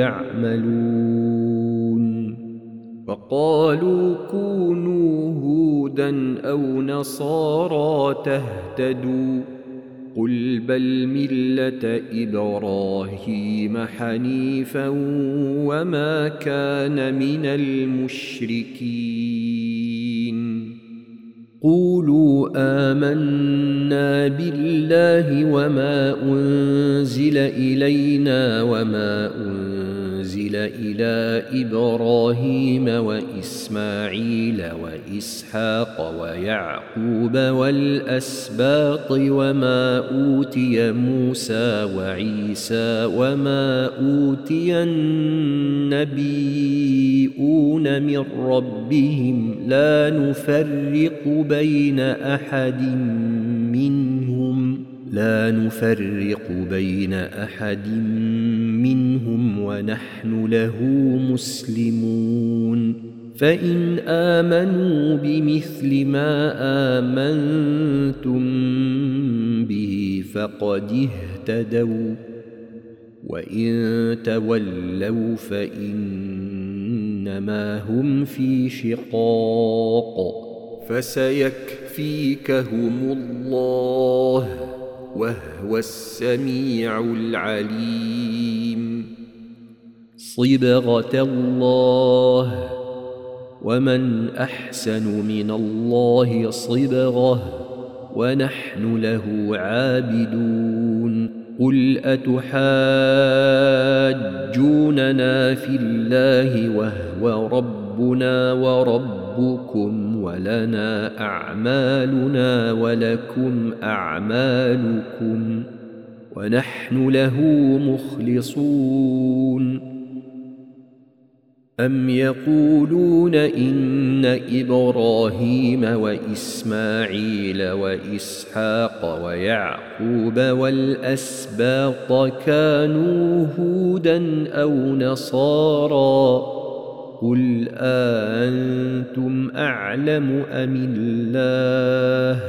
يعملون وقالوا كونوا هودا أو نصارى تهتدوا قل بل ملة إبراهيم حنيفا وما كان من المشركين قولوا آمنا بالله وما أنزل إلينا وما أنزل إلى إبراهيم وإسماعيل وإسحاق ويعقوب والأسباط وما أوتي موسى وعيسى وما أوتي النبيون من ربهم لا نفرق بين أحد منهم لا نفرق بين أحد منهم ونحن له مسلمون فإن آمنوا بمثل ما آمنتم به فقد اهتدوا وإن تولوا فإنما هم في شقاق فسيكفيكهم الله وهو السميع العليم صبغة الله ومن أحسن من الله صبغة ونحن له عابدون قل أتحاجوننا في الله وهو ربنا وربكم ولنا أعمالنا ولكم أعمالكم ونحن له مخلصون أم يقولون إن إبراهيم وإسماعيل وإسحاق ويعقوب والأسباط كانوا هودا أو نصارى قل أأنتم أعلم أم الله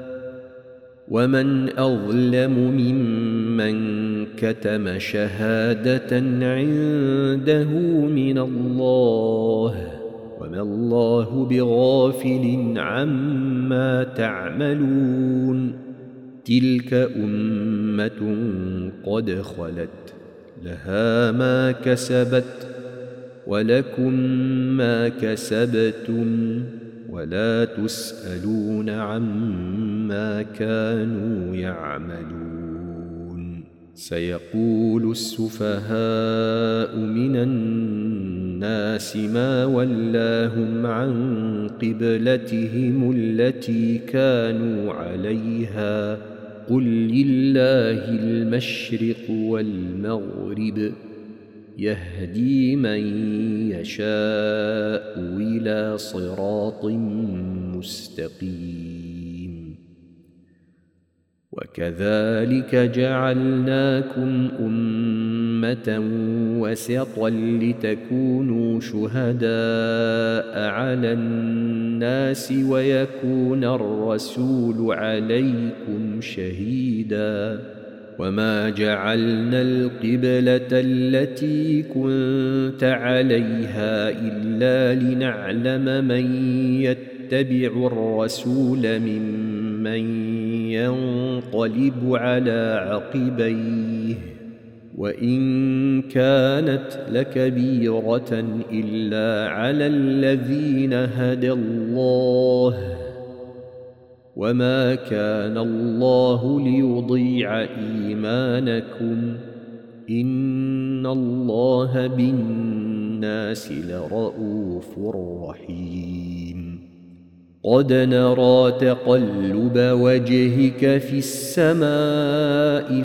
ومن أظلم ممن كتم شهادة عنده من الله وما الله بغافل عما تعملون تلك أمة قد خلت لها ما كسبت ولكم ما كسبتم ولا تسألون عما كانوا يعملون سيقول السفهاء من الناس ما ولاهم عن قبلتهم التي كانوا عليها قل لله المشرق والمغرب يهدي من يشاء إلى صراط مستقيم وكذلك جعلناكم أمة وسطا لتكونوا شهداء على الناس ويكون الرسول عليكم شهيداً وما جعلنا القبلة التي كنت عليها إلا لنعلم من يتبع الرسول ممن ينقلب على عقبيه وإن كانت لكبيرة إلا على الذين هدى الله وما كان الله ليضيع إيمانكم إن الله بالناس لرءوف رحيم قد نرى تقلب وجهك في السماء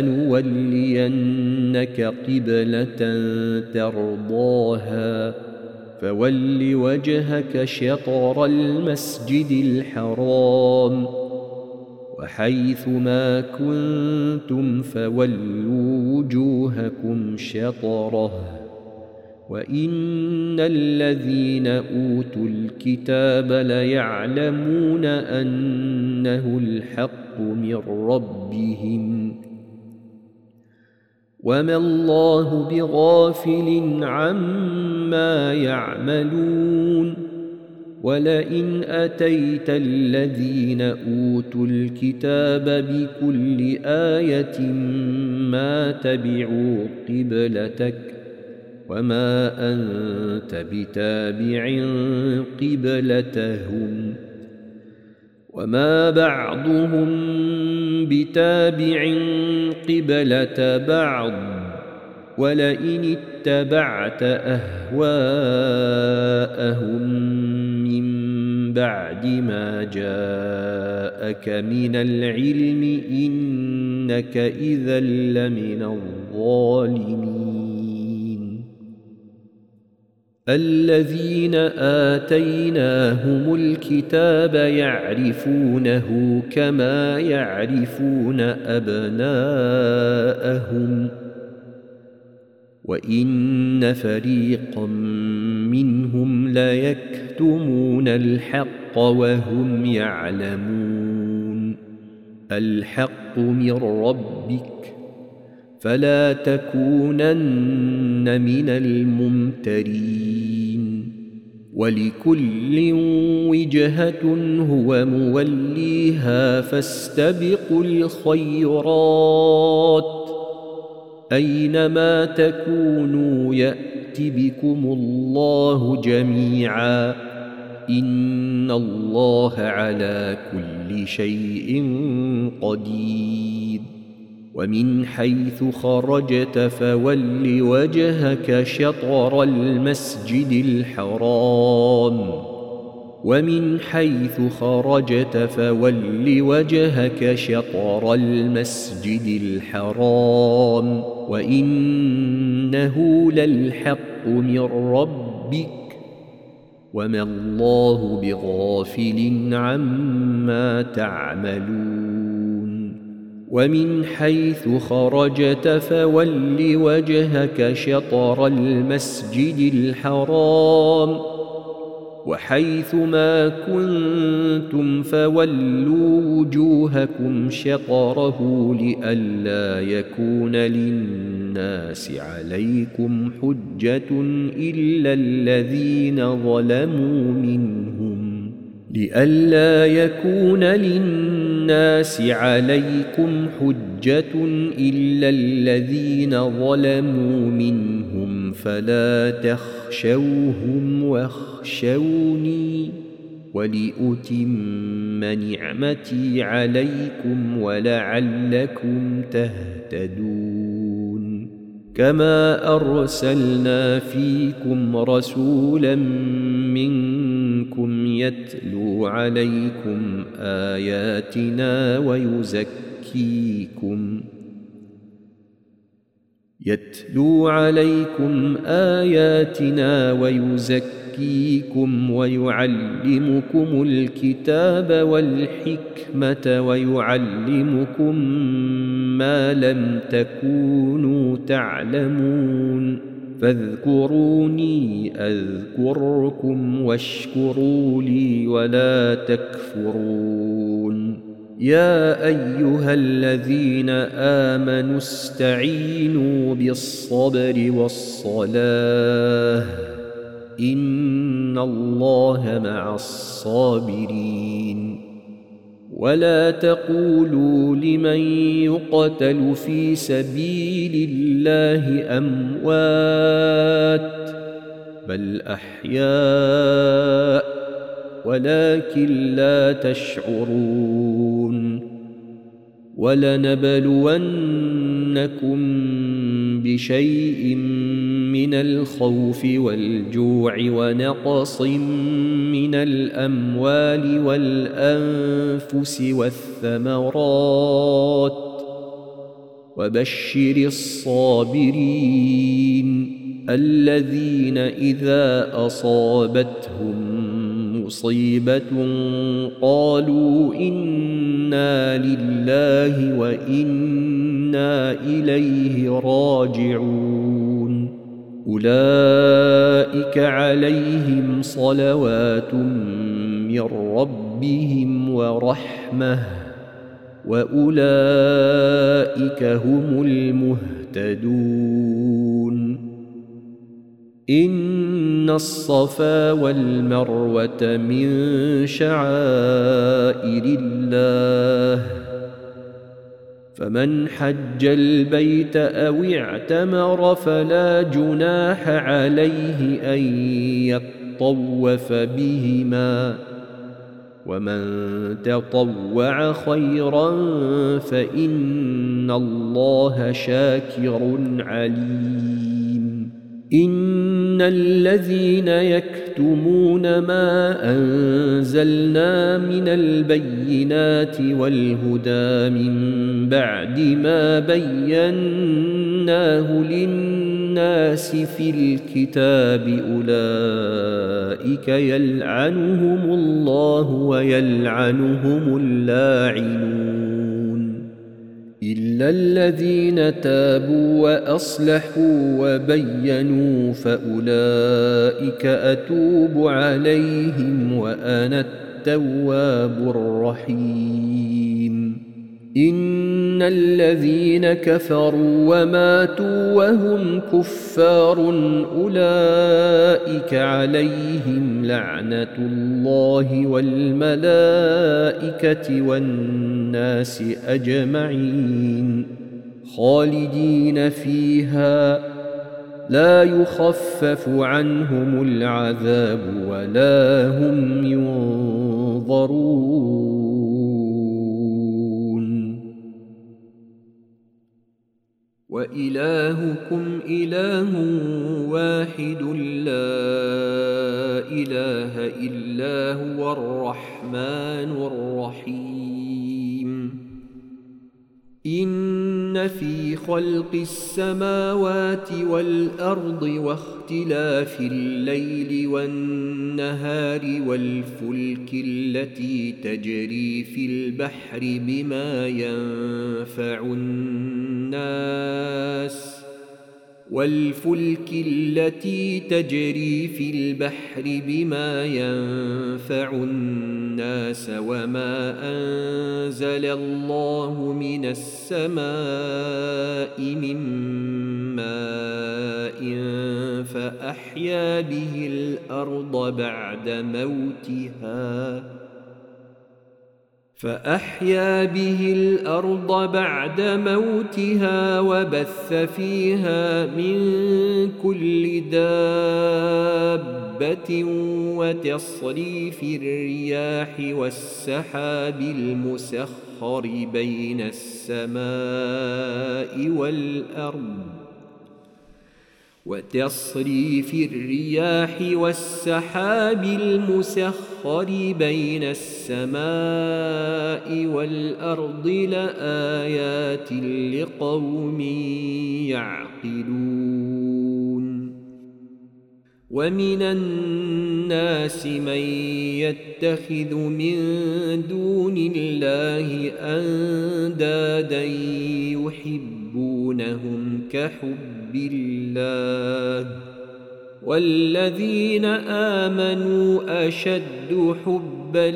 فلنولينك قبلة ترضاها فول وجهك شطر المسجد الحرام وحيث ما كنتم فولوا وجوهكم شطره وإن الذين أوتوا الكتاب ليعلمون أنه الحق من ربهم وما الله بغافل عما يعملون ولئن أتيت الذين أوتوا الكتاب بكل آية ما تبعوا قبلتك وما أنت بتابع قبلتهم وما بعضهم بتابع قبلة بعض ولئن اتبعت أهواءهم من بعد ما جاءك من العلم إنك إذا لمن الظالمين الذين آتيناهم الكتاب يعرفونه كما يعرفون أبناءهم وإن فريقا منهم ليكتمون الحق وهم يعلمون الحق من ربك فلا تكونن من الممترين ولكل وجهة هو موليها فاستبقوا الخيرات أينما تكونوا يأت بكم الله جميعا إن الله على كل شيء قدير ومن حيث خرجت فول وجهك شطر المسجد الحرام ومن حيث خرجت فول وجهك شطر المسجد الحرام وإنه للحق من ربك وما الله بغافل عما تعملون ومن حيث خرجت فول وجهك شطر المسجد الحرام وحيث ما كنتم فولوا وجوهكم شطره لئلا يكون للناس عليكم حجة إلا الذين ظلموا منهم لئلا يكون للناس عليكم حجة إلا الذين ظلموا منهم فلا تخشوهم واخشوني ولأتم نعمتي عليكم ولعلكم تهتدون كما أرسلنا فيكم رسولا منكم يتلو عليكم آياتنا ويزكيكم يتلو عليكم آياتنا ويزكيكم ويعلمكم الكتاب والحكمة ويعلمكم ما لم تكونوا تعلمون فاذكروني أذكركم واشكروا لي ولا تكفرون يا أيها الذين آمنوا استعينوا بالصبر والصلاة إن الله مع الصابرين ولا تقولوا لمن يقتل في سبيل الله أموات بل أحياء ولكن لا تشعرون ولنبلونكم بشيء من الخوف والجوع ونقص من الأموال والأنفس والثمرات وبشر الصابرين الذين إذا أصابتهم مصيبة قالوا إنا لله وإنا إليه راجعون أولئك عليهم صلوات من ربهم ورحمة وأولئك هم المهتدون إن الصفا والمروة من شعائر الله فمن حج البيت أو اعتمر فلا جناح عليه أن يطوف بهما ومن تطوع خيرا فإن الله شاكر عليم إن الذين يكتمون ما أنزلنا من البينات والهدى من بعد ما بيناه للناس في الكتاب أولئك يلعنهم الله ويلعنهم اللاعنون إلا الذين تابوا وأصلحوا وبينوا فأولئك أتوب عليهم وأنا التواب الرحيم إن الذين كفروا وماتوا وهم كفار أولئك عليهم لعنة الله والملائكة والناس أجمعين خالدين فيها لا يخفف عنهم العذاب ولا هم ينظرون وإلهكم إله واحد لا إله إلا هو الرحمن الرحيم إن في خلق السماوات والأرض واختلاف الليل والنهار والفلك التي تجري في البحر بما ينفع الناس والفلك التي تجري في البحر بما ينفع الناس وما أنزل الله من السماء من ماء فأحيا به الأرض بعد موتها فأحيا به الأرض بعد موتها وبث فيها من كل دابة وتصريف الرياح والسحاب المسخر بين السماء والأرض وتصريف الرياح والسحاب المسخر بين السماء والأرض لآيات لقوم يعقلون ومن الناس من يتخذ من دون الله أندادا يحبونهم كحب بالله والذين آمنوا أشد حبا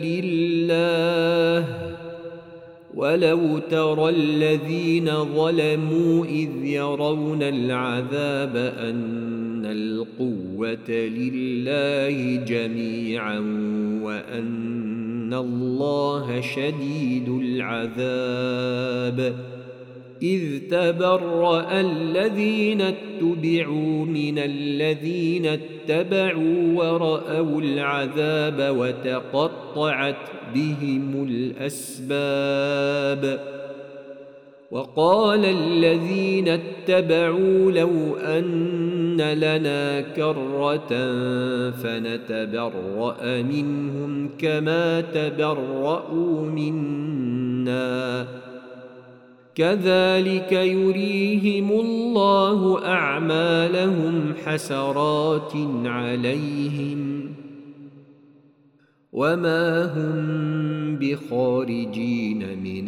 لله ولو ترى الذين ظلموا إذ يرون العذاب أن القوة لله جميعا وأن الله شديد العذاب إذ تبرأ الذين اتبعوا من الذين اتبعوا ورأوا العذاب وتقطعت بهم الأسباب وقال الذين اتبعوا لو أن لنا كرة فنتبرأ منهم كما تبرأوا منا كذلك يريهم الله أعمالهم حسرات عليهم وما هم بخارجين من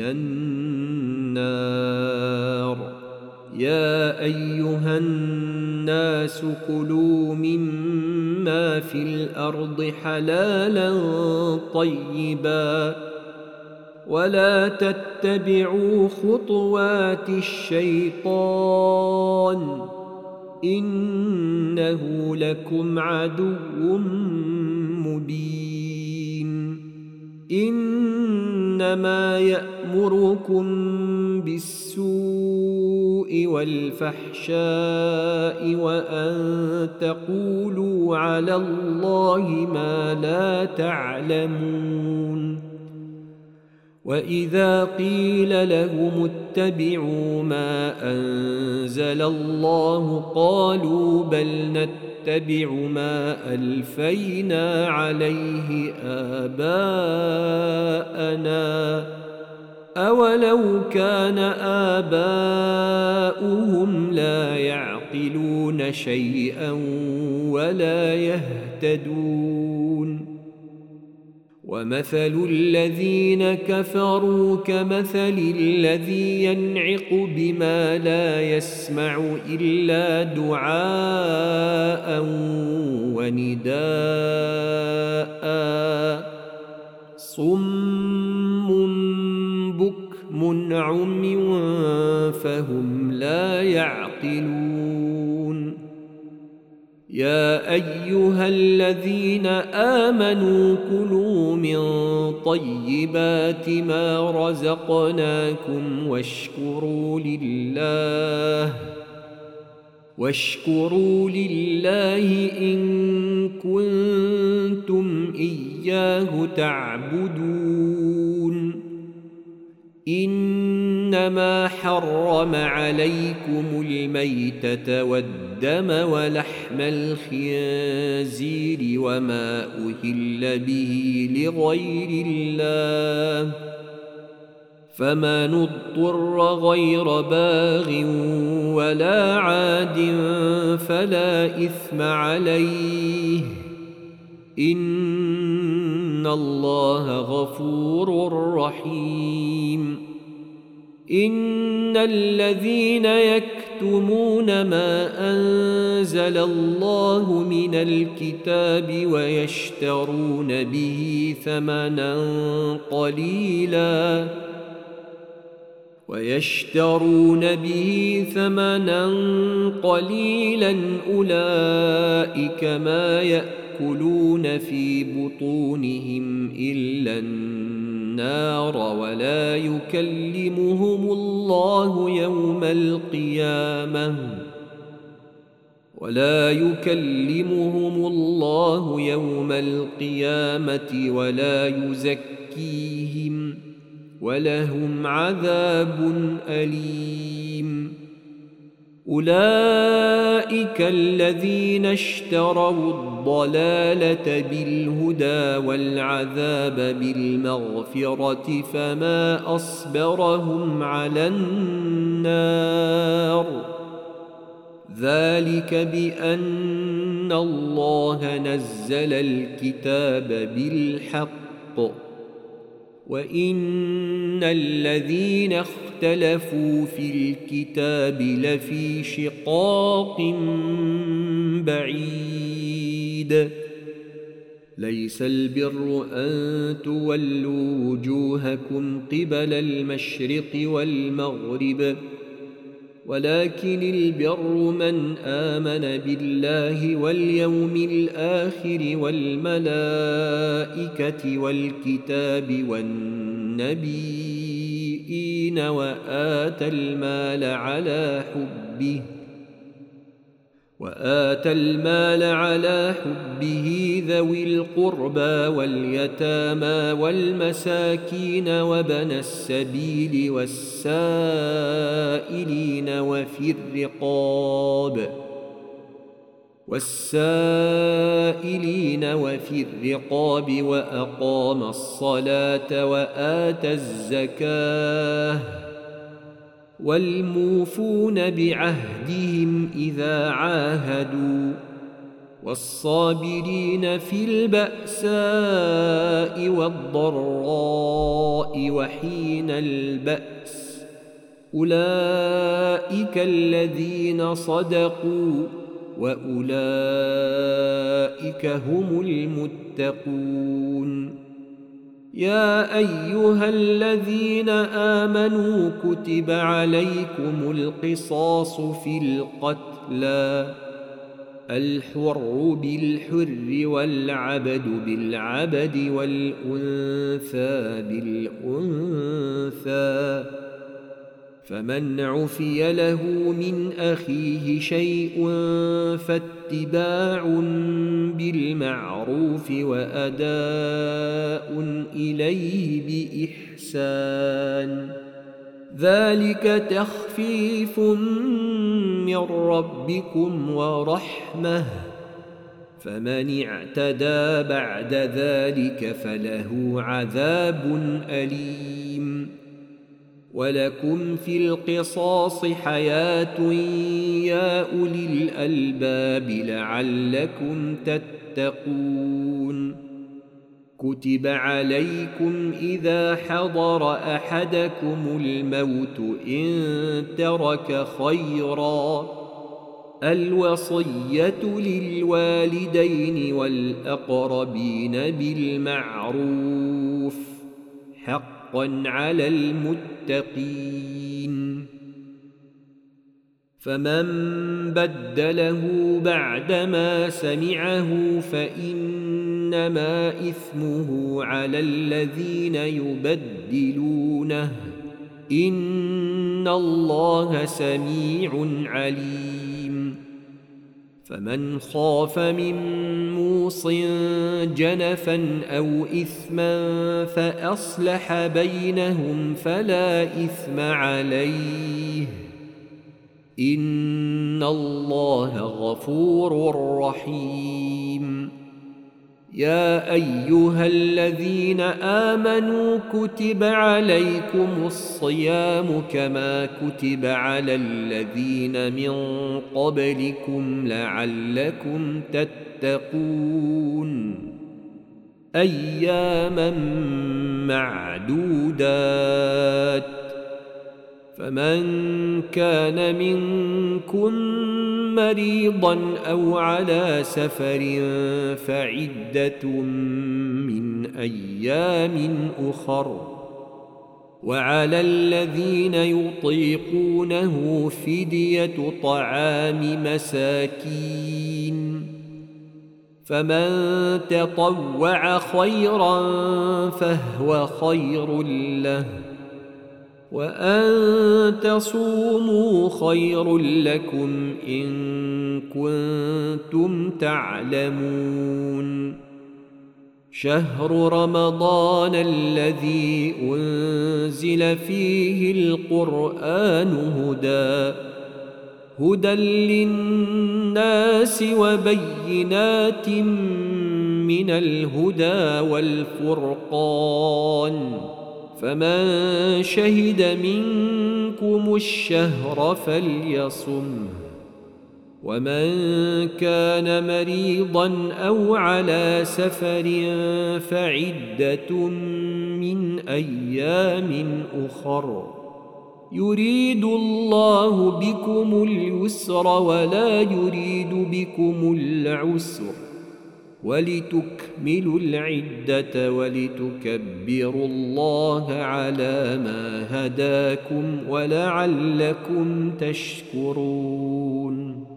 النار يا أيها الناس كلوا مما في الأرض حلالا طيبا ولا تتبعوا خطوات الشيطان إنه لكم عدو مبين إنما يأمركم بالسوء والفحشاء وأن تقولوا على الله ما لا تعلمون وإذا قيل لهم اتبعوا ما أنزل الله قالوا بل نتبع ما ألفينا عليه آباءنا أولو كان آباؤهم لا يعقلون شيئا ولا يهتدون ومثل الذين كفروا كمثل الذي ينعق بما لا يسمع إلا دعاء ونداء صم بكم عمي فهم لا يعقلون يا أيها الذين آمنوا كلوا من طيبات ما رزقناكم واشكروا لله واشكروا لله إن كنتم إياه تعبدون إنما حرم عليكم الميتة والدم ولحم الخنزير وما أهل به لغير الله فمن اضطر غير باغ ولا عاد فلا إثم عليه إن الله غفور رحيم إن الذين يكتمون ما أنزل الله من الكتاب ويشترون به ثمنا قليلا ويشترون به ثمنا قليلا أولئك ما يأكلون في بطونهم إلا النار ولا يكلمهم الله يوم القيامة ولا يكلمهم الله يوم القيامة ولا يزكيهم ولهم عذاب أليم أولئك الذين اشتروا الضلالة بالهدى والعذاب بالمغفرة فما أصبرهم على النار ذلك بأن الله نزل الكتاب بالحق وإن الذين اختلفوا في الكتاب لفي شقاق بعيد ليس البر أن تولوا وجوهكم قبل المشرق والمغرب ولكن البر من آمن بالله واليوم الآخر والملائكة والكتاب والنبيين وآتى المال على حبه وآتى المال على حبه ذوي القربى واليتامى والمساكين وابن السبيل والسائلين وفي الرقاب والسائلين وفي الرقاب وأقام الصلاة وآتى الزكاة والموفون بعهدهم إذا عاهدوا والصابرين في البأساء والضراء وحين البأس أولئك الذين صدقوا وأولئك هم المتقون. يا أيها الذين آمنوا كتب عليكم القصاص في القتلى الحر بالحر والعبد بالعبد والأنثى بالأنثى فمن عفي له من أخيه شيء فاتباع بالمعروف وأداء إليه بإحسان ذلك تخفيف من ربكم ورحمة فمن اعتدى بعد ذلك فله عذاب أليم. ولكم في القصاص حياة يا أولي الألباب لعلكم تتقون. كتب عليكم إذا حضر أحدكم الموت إن ترك خيرا الوصية للوالدين والأقربين بالمعروف حقا على المتقين. فمن بدله بعدما سمعه فإنما إثمه على الذين يبدلونه إن الله سميع عليم. فمن خاف من موص جنفا أو إثما فأصلح بينهم فلا إثم عليه إن الله غفور رحيم. يا أيها الذين آمنوا كتب عليكم الصيام كما كتب على الذين من قبلكم لعلكم تتقون أياما معدودات فمن كان منكم مريضا أو على سفر فعدة من أيام أخر وعلى الذين يطيقونه فدية طعام مساكين فمن تطوع خيرا فهو خير له وأن تصوموا خير لكم إن كنتم تعلمون. شهر رمضان الذي أنزل فيه القرآن هدى هدى للناس وبينات من الهدى والفرقان فمن شهد منكم الشهر فليصمه ومن كان مريضا أو على سفر فعدة من أيام أخر يريد الله بكم اليسر ولا يريد بكم العسر ولتكملوا العدة ولتكبروا الله على ما هداكم ولعلكم تشكرون.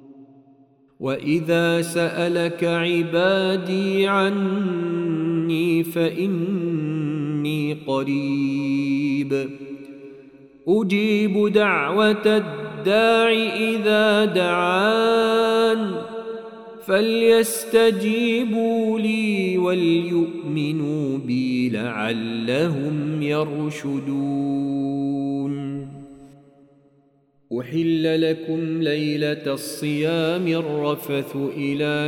وإذا سألك عبادي عني فإني قريب أجيب دعوة الداع إذا دعان فليستجيبوا لي وليؤمنوا بي لعلهم يرشدون. أحل لكم ليلة الصيام الرفث إلى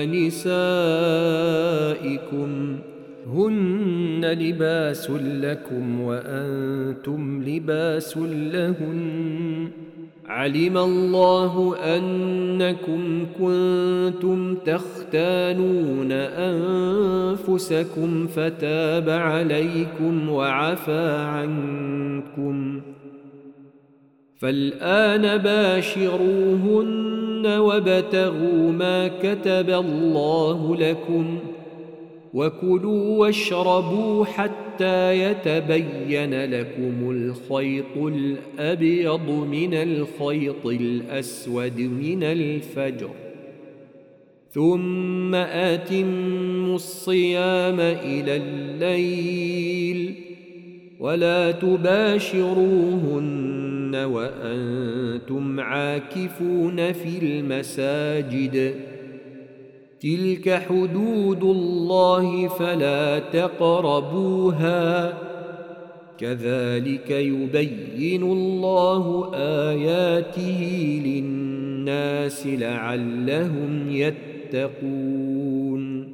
نسائكم هن لباس لكم وأنتم لباس لهن علم الله أنكم كنتم تختانون أنفسكم فتاب عليكم وعفى عنكم فالآن باشروهن وابتغوا ما كتب الله لكم وكلوا واشربوا حتى يتبين لكم الخيط الأبيض من الخيط الأسود من الفجر ثم أتموا الصيام إلى الليل ولا تباشروهن وأنتم عاكفون في المساجد تلك حدود الله فلا تقربوها كذلك يبين الله آياته للناس لعلهم يتقون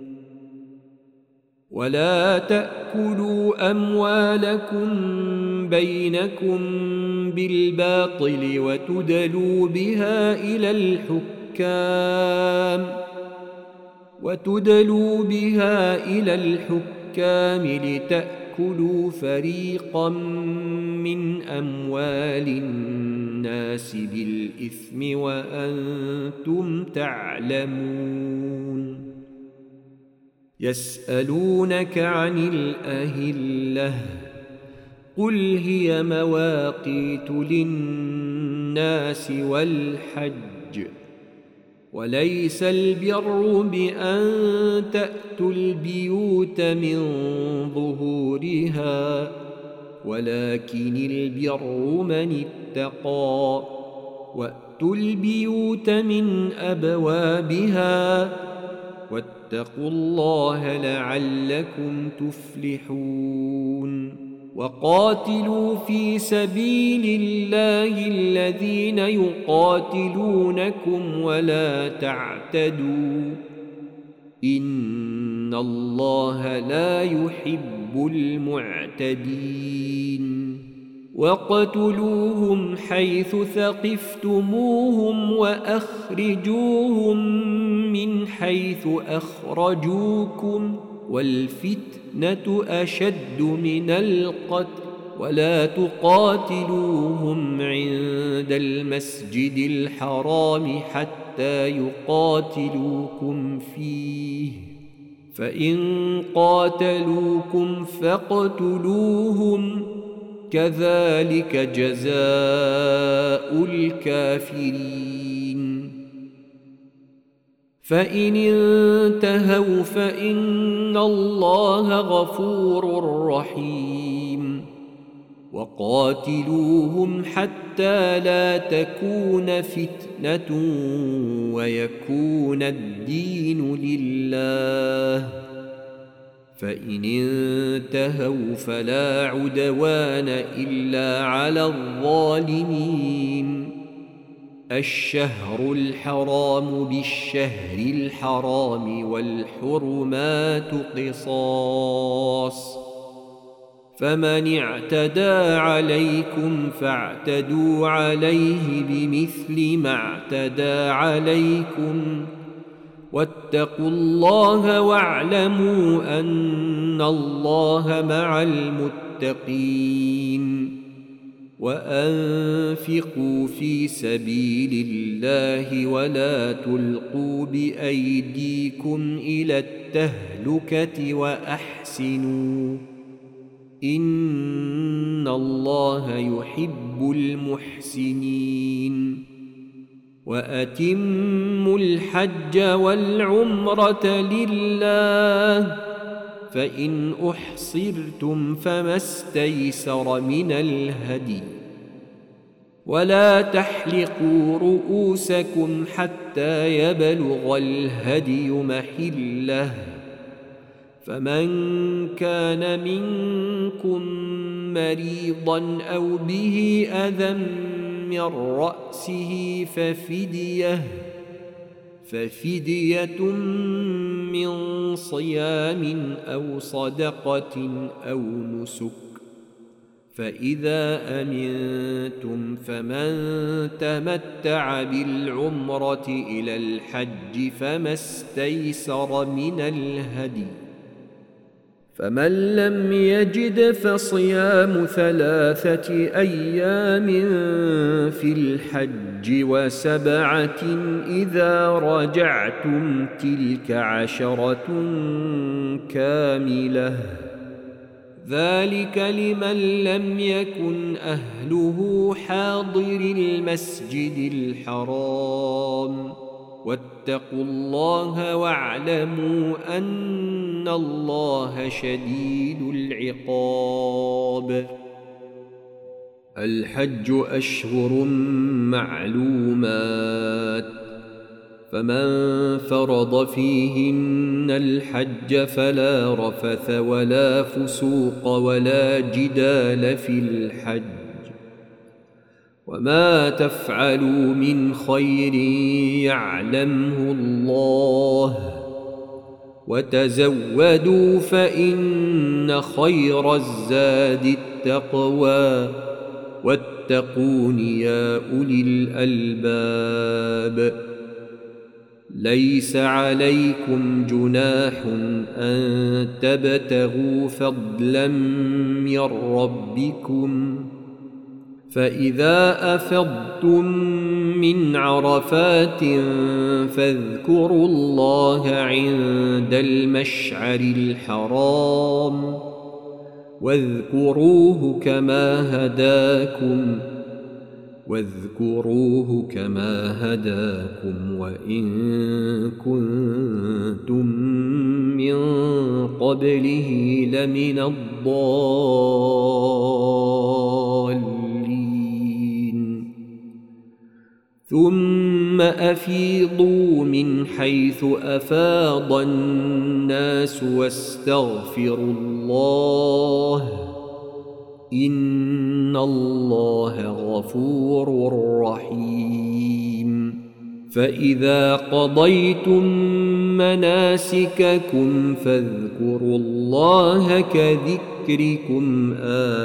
ولا تأكلوا أموالكم بينكم بالباطل وتدلوا بها إلى الحكام وتدلوا بها إلى الحكام لتأكلوا فريقا من أموال الناس بالإثم وأنتم تعلمون يسألونك عن الأهلة قل هي مواقيت للناس والحج وليس البر بأن تأتوا البيوت من ظهورها ولكن البر من اتقى وأتوا البيوت من أبوابها واتقوا الله لعلكم تفلحون وقاتلوا في سبيل الله الذين يقاتلونكم ولا تعتدوا إن الله لا يحب المعتدين وقتلوهم حيث ثقفتموهم وأخرجوهم من حيث أخرجوكم والفتنة أشد من القتل ولا تقاتلوهم عند المسجد الحرام حتى يقاتلوكم فيه فإن قاتلوكم فاقتلوهم كذلك جزاء الكافرين فإن انتهوا فإن الله غفور رحيم وقاتلوهم حتى لا تكون فتنة ويكون الدين لله فإن انتهوا فلا عدوان إلا على الظالمين الشهر الحرام بالشهر الحرام والحرمات قصاص فمن اعتدى عليكم فاعتدوا عليه بمثل ما اعتدى عليكم واتقوا الله واعلموا أن الله مع المتقين وأنفقوا في سبيل الله ولا تلقوا بأيديكم إلى التهلكة وأحسنوا إن الله يحب المحسنين وأتموا الحج والعمرة لله فإن أحصرتم فما استيسر من الهدي ولا تحلقوا رؤوسكم حتى يبلغ الهدي محله فمن كان منكم مريضا أو به أذى من رأسه ففدية ففدية من صيام أو صدقة أو نسك، فإذا أمنتم فمن تمتع بالعمرة إلى الحج فما استيسر من الهدي، فمن لم يجد فصيام ثلاثة أيام في الحج وسبعة إذا رجعتم تلك عشرة كاملة، ذلك لمن لم يكن أهله حاضر المسجد الحرام، واتقوا الله واعلموا أن الله شديد العقاب. الحج أشهر معلومات، فمن فرض فيهن الحج فلا رفث ولا فسوق ولا جدال في الحج، وما تفعلوا من خير يعلمه الله، وتزودوا فإن خير الزاد التقوى، واتقون يا أولي الألباب. ليس عليكم جناح أن تبتغوا فضلا من ربكم، فإذا أفضتم من عرفات فاذكروا الله عند المشعر الحرام، واذكروه كما هداكم واذكروه كما هداكم وإن كنتم من قبله لمن الضالين. ثم أفيضوا من حيث أفاض الناس واستغفروا الله، إن الله غفور رحيم. فإذا قضيتم مناسككم فاذكروا الله كذكركم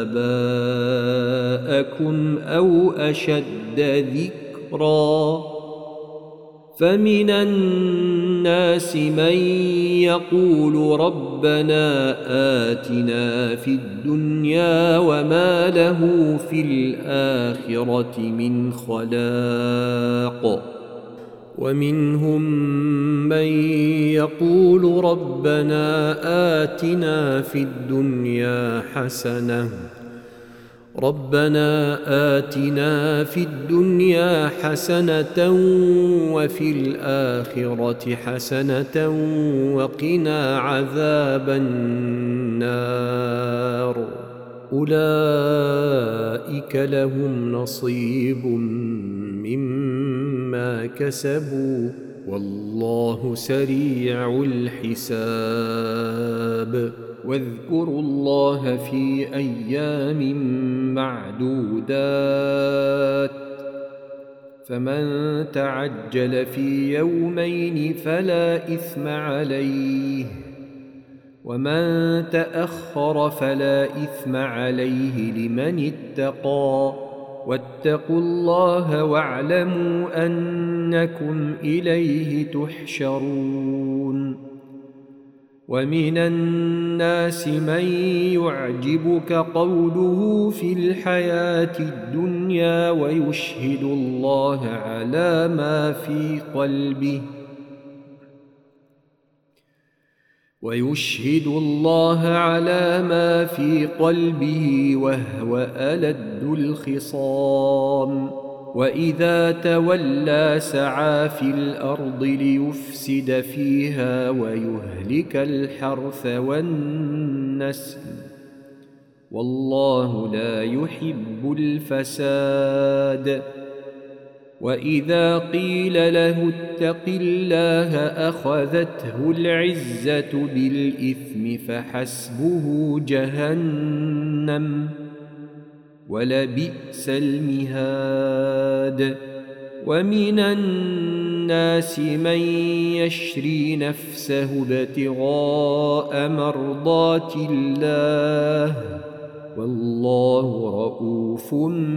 آباءكم أو أشد ذكرا، فمن الناس من يقول ربنا آتنا في الدنيا وما له في الآخرة من خلاق، ومنهم من يقول ربنا آتنا في الدنيا حسنة ربنا آتنا في الدنيا حسنة وفي الآخرة حسنة وقنا عذاب النار. أولئك لهم نصيب مما كسبوا والله سريع الحساب. واذكروا الله في أيام معدودات، فمن تعجل في يومين فلا إثم عليه، ومن تأخر فلا إثم عليه لمن اتقى، واتقوا الله واعلموا أنكم إليه تحشرون. ومن الناس من يعجبك قوله في الحياة الدنيا ويشهد الله على ما في قلبه ويشهد الله على ما في قلبه وهو ألد الخصام، وإذا تولى سعى في الأرض ليفسد فيها ويهلك الحرث والنسل، والله لا يحب الفساد. وإذا قيل له اتق الله أخذته العزة بالإثم فحسبه جهنم ولبئس المهاد. ومن الناس من يشري نفسه ابتغاء مرضات الله والله رءوف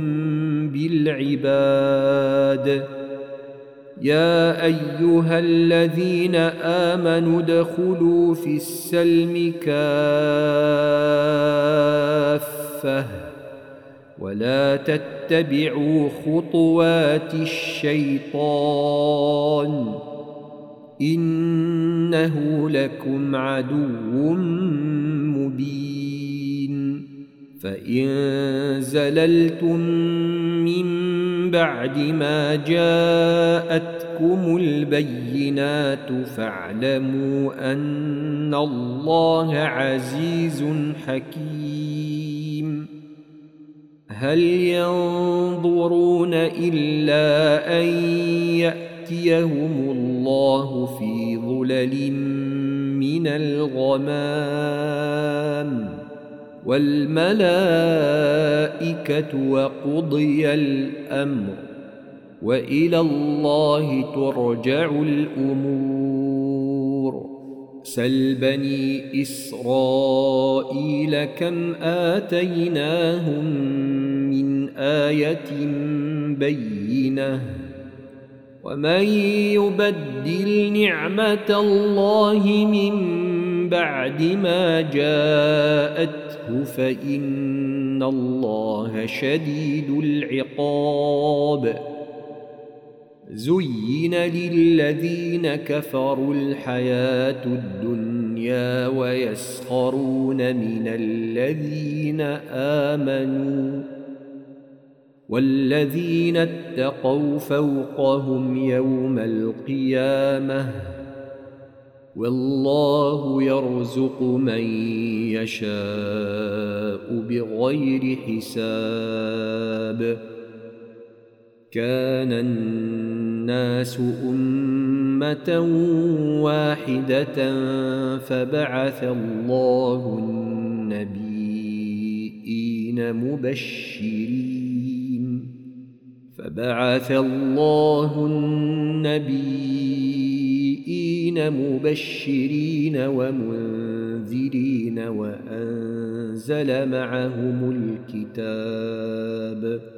بالعباد. يا أيها الذين آمنوا ادخلوا في السلم كافة ولا تتبعوا خطوات الشيطان إنه لكم عدو مبين. فإن زللتم من بعد ما جاءتكم البينات فاعلموا أن الله عزيز حكيم. هل ينظرون إلا أن يأتيهم الله في ظلل من الغمام والملائكة وقضي الأمر وإلى الله ترجع الأمور. سل بني إسرائيل كم آتيناهم من آية بينة ومن يبدل نعمة الله من بعد ما جاءته فإن الله شديد العقاب. زين للذين كفروا الحياة الدنيا ويسخرون من الذين آمنوا والذين اتقوا فوقهم يوم القيامة والله يرزق من يشاء بغير حساب. كان الناس أمة واحدة فبعث الله النبيين مبشرين فبعث الله النبيين مبشرين ومنذرين وأنزل معهم الكتاب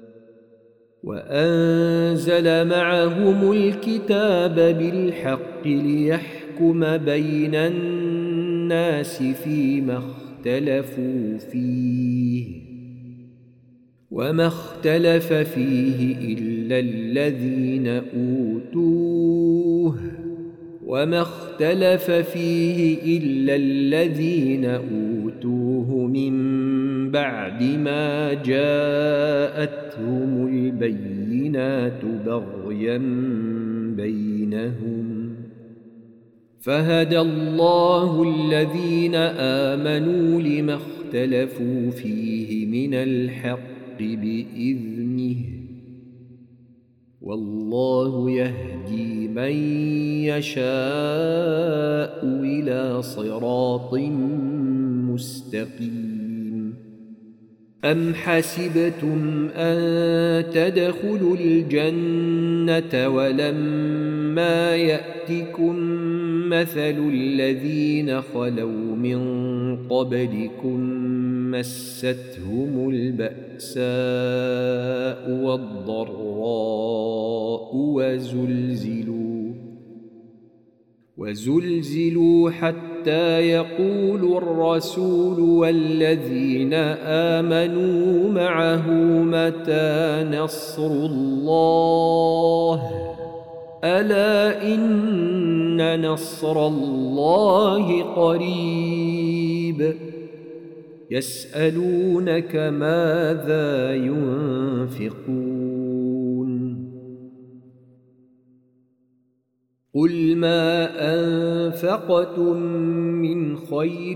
وأنزل معهم الكتاب بالحق ليحكم بين الناس فيما اختلفوا فيه وما اختلف فيه إلا الذين أوتوه وما اختلف فيه إلا الذين أوتوه من بعد ما جاءتهم البينات بغيا بينهم فهدى الله الذين آمنوا لما اختلفوا فيه من الحق بإذنه والله يهدي من يشاء إلى صراط مستقيم. أم حسبتم أن تدخلوا الجنة ولما يأتكم مثل الذين خلوا من قبلكم مستهم البأساء والضراء وزلزلوا وزلزلوا حتى يقول الرسول والذين آمنوا معه متى نصر الله ألا إن نصر الله قريب. يسألونك ماذا ينفقون قل ما أنفقتم من خير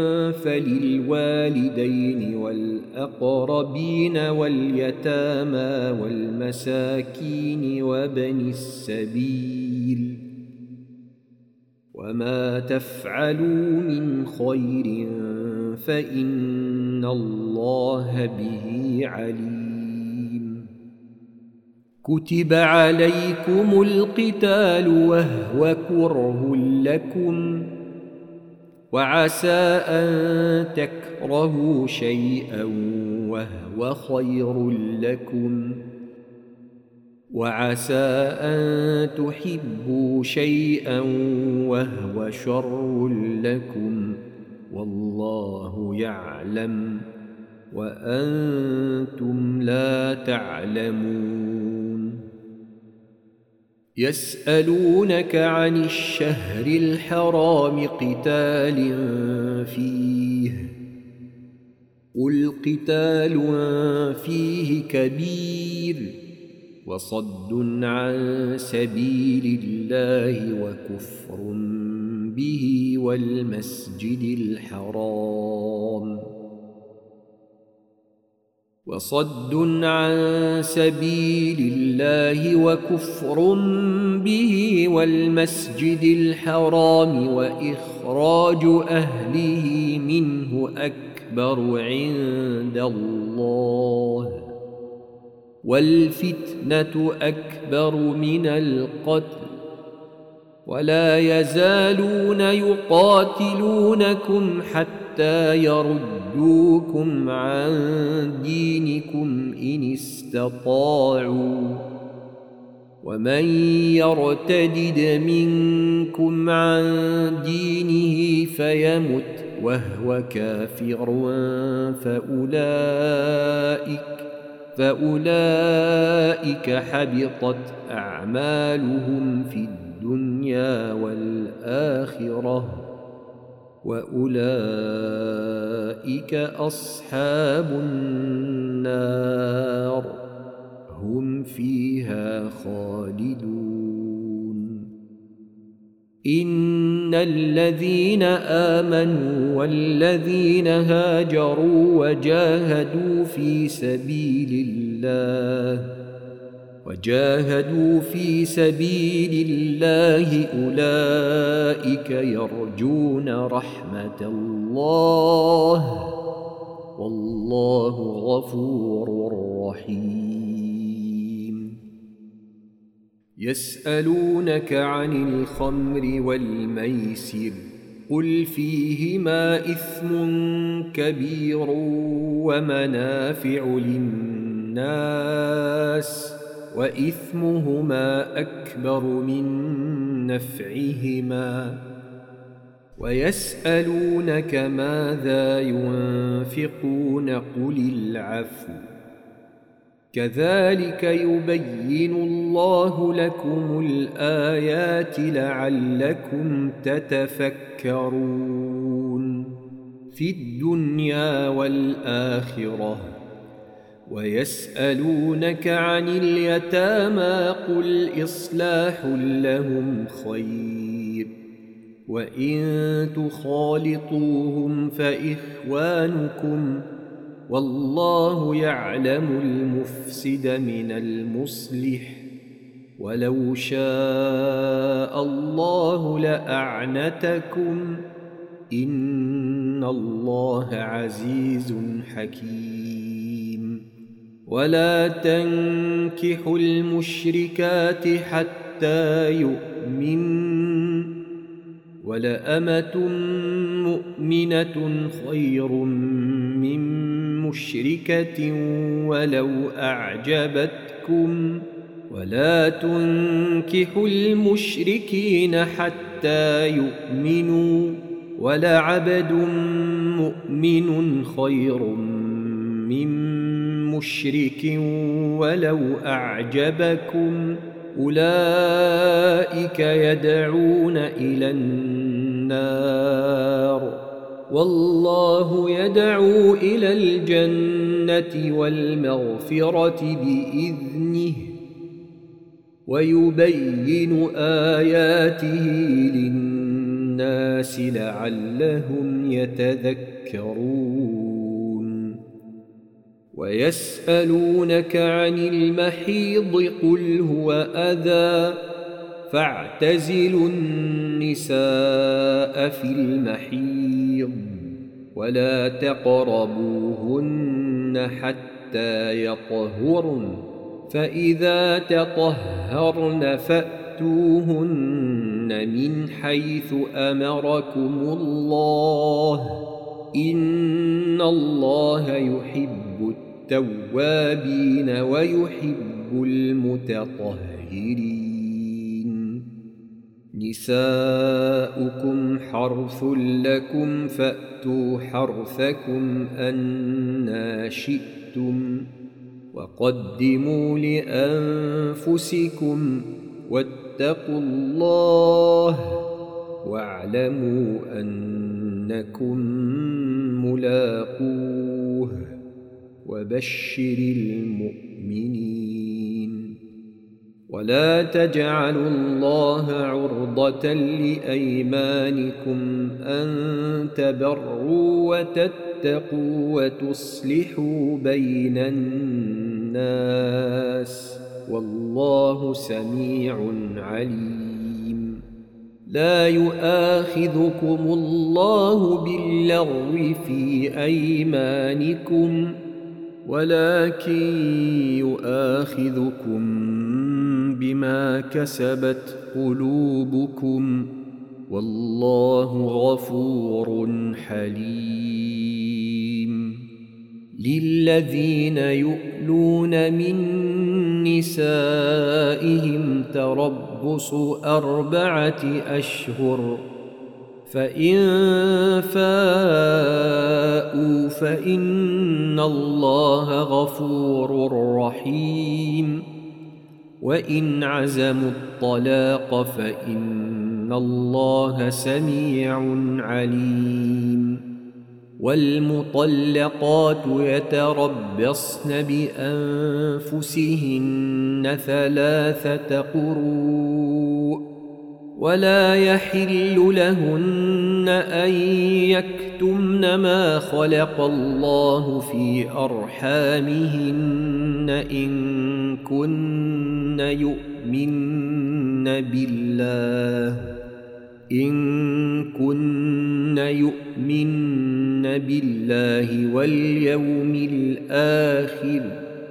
فللوالدين والأقربين واليتامى والمساكين وابن السبيل وما تفعلوا من خير فإن الله به عليم. كتب عليكم القتال وهو كره لكم، وعسى أن تكرهوا شيئا وهو خير لكم، وعسى أن تحبوا شيئا وهو شر لكم، والله يعلم وأنتم لا تعلمون. يسألونك عن الشهر الحرام قتال فيه، قل قتال فيه كبير، وصد عن سبيل الله وكفر به والمسجد الحرام وصد عن سبيل الله وكفر به والمسجد الحرام وإخراج أهله منه أكبر عند الله، والفتنة أكبر من القتل، ولا يزالون يقاتلونكم حتى يردوكم عن دينكم إن استطاعوا، ومن يرتدد منكم عن دينه فيمت وهو كافر فأولئك فأولئك حبطت أعمالهم في الدنيا والآخرة، وأولئك أصحاب النار هم فيها خالدون. إن الذين آمنوا والذين هاجروا وجاهدوا في سبيل الله وجاهدوا في سبيل الله أولئك يرجون رحمة الله، والله غفور رحيم. يسألونك عن الخمر والميسر، قل فيهما إثم كبير ومنافع للناس، وإثمهما أكبر من نفعهما، ويسألونك ماذا ينفقون قل العفو، كذلك يبين الله لكم الآيات لعلكم تتفكرون في الدنيا والآخرة. ويسألونك عن اليتامى قل إصلاح لهم خير، وإن تخالطوهم فإخوانكم، والله يعلم المفسد من المصلح، ولو شاء الله لأعنتكم، إن الله عزيز حكيم. ولا تنكحوا المشركات حتى يؤمنوا، ولأمة مؤمنة خير من مشركة ولو أعجبتكم، ولا تنكحوا المشركين حتى يؤمنوا، ولعبد مؤمن خير من مشرك ولو أعجبكم، أولئك يدعون إلى النار، والله يدعو إلى الجنة والمغفرة بإذنه، ويبين آياته للناس لعلهم يتذكرون. ويسألونك عن المحيض قل هو أذى، فاعتزلوا النساء في المحيض ولا تقربوهن حتى يطهرن فإذا تطهرن فأتوهن من حيث أمركم الله إن الله يحب التوابين ويحب المتطهرين. نساؤكم حرث لكم فأتوا حرثكم أنى شئتم وقدموا لأنفسكم واتقوا الله واعلموا أنكم ملاقوه وبشر المؤمنين. ولا تجعلوا الله عرضة لأيمانكم أن تبروا وتتقوا وتصلحوا بين الناس والله سميع عليم. لا يؤاخذكم الله باللغو في أيمانكم ولكن يؤاخذكم بما كسبت قلوبكم والله غفور حليم. للذين يؤلون من نسائهم تربص أربعة أشهر فإن فاءوا فإن الله غفور رحيم وإن عزموا الطلاق فإن الله سميع عليم. والمطلقات يتربصن بأنفسهن ثلاثة قروء ولا يحل لهن أن يكتمن ما خلق الله في أرحامهن إن كن يؤمن بالله إن كن يؤمن بالله واليوم الآخر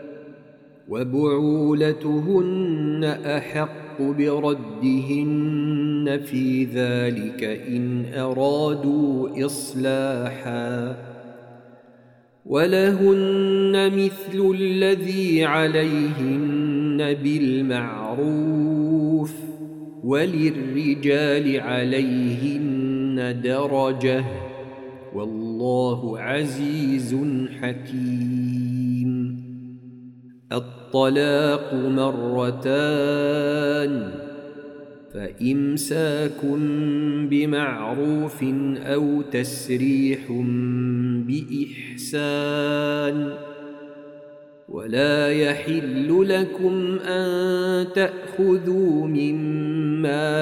وبعولتهن أحق بردهن في ذلك إن أرادوا إصلاحا ولهن مثل الذي عليهن بالمعروف وللرجال عليهن درجة والله عزيز حكيم. الطلاق مرتان فإمساك بمعروف أو تسريح بإحسان ولا يحل لكم أن تأخذوا مما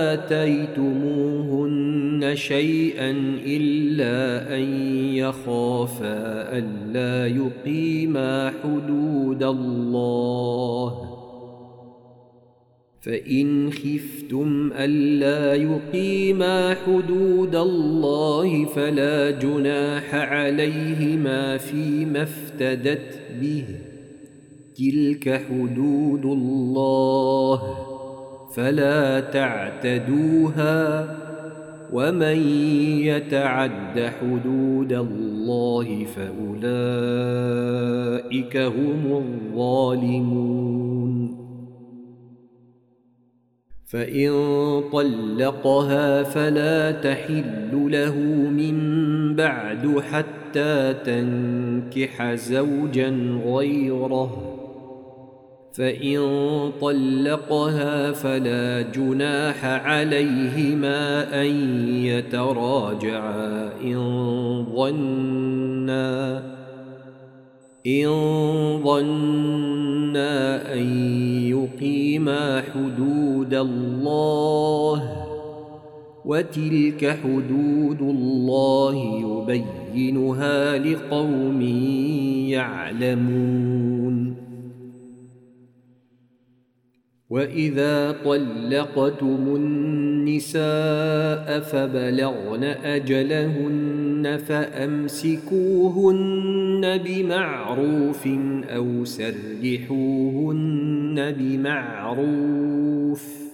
آتيتموهن شيئا إلا أن يخافا ألا يقيما حدود الله فإن خفتم ألا يقيما حدود الله فلا جناح عليهما فيما افتدت به تلك حدود الله فلا تعتدوها ومن يتعد حدود الله فأولئك هم الظالمون. فإن طلقها فلا تحل له من بعد حتى تنكح زوجا غيره فإن طلقها فلا جناح عليهما أن يتراجعا إن ظنا إن ظنا أن يقيما حدود الله وتلك حدود الله يبينها لقوم يعلمون. وإذا طلقتم النساء فبلغن أجلهن فأمسكوهن بمعروف أو سرحوهن بمعروف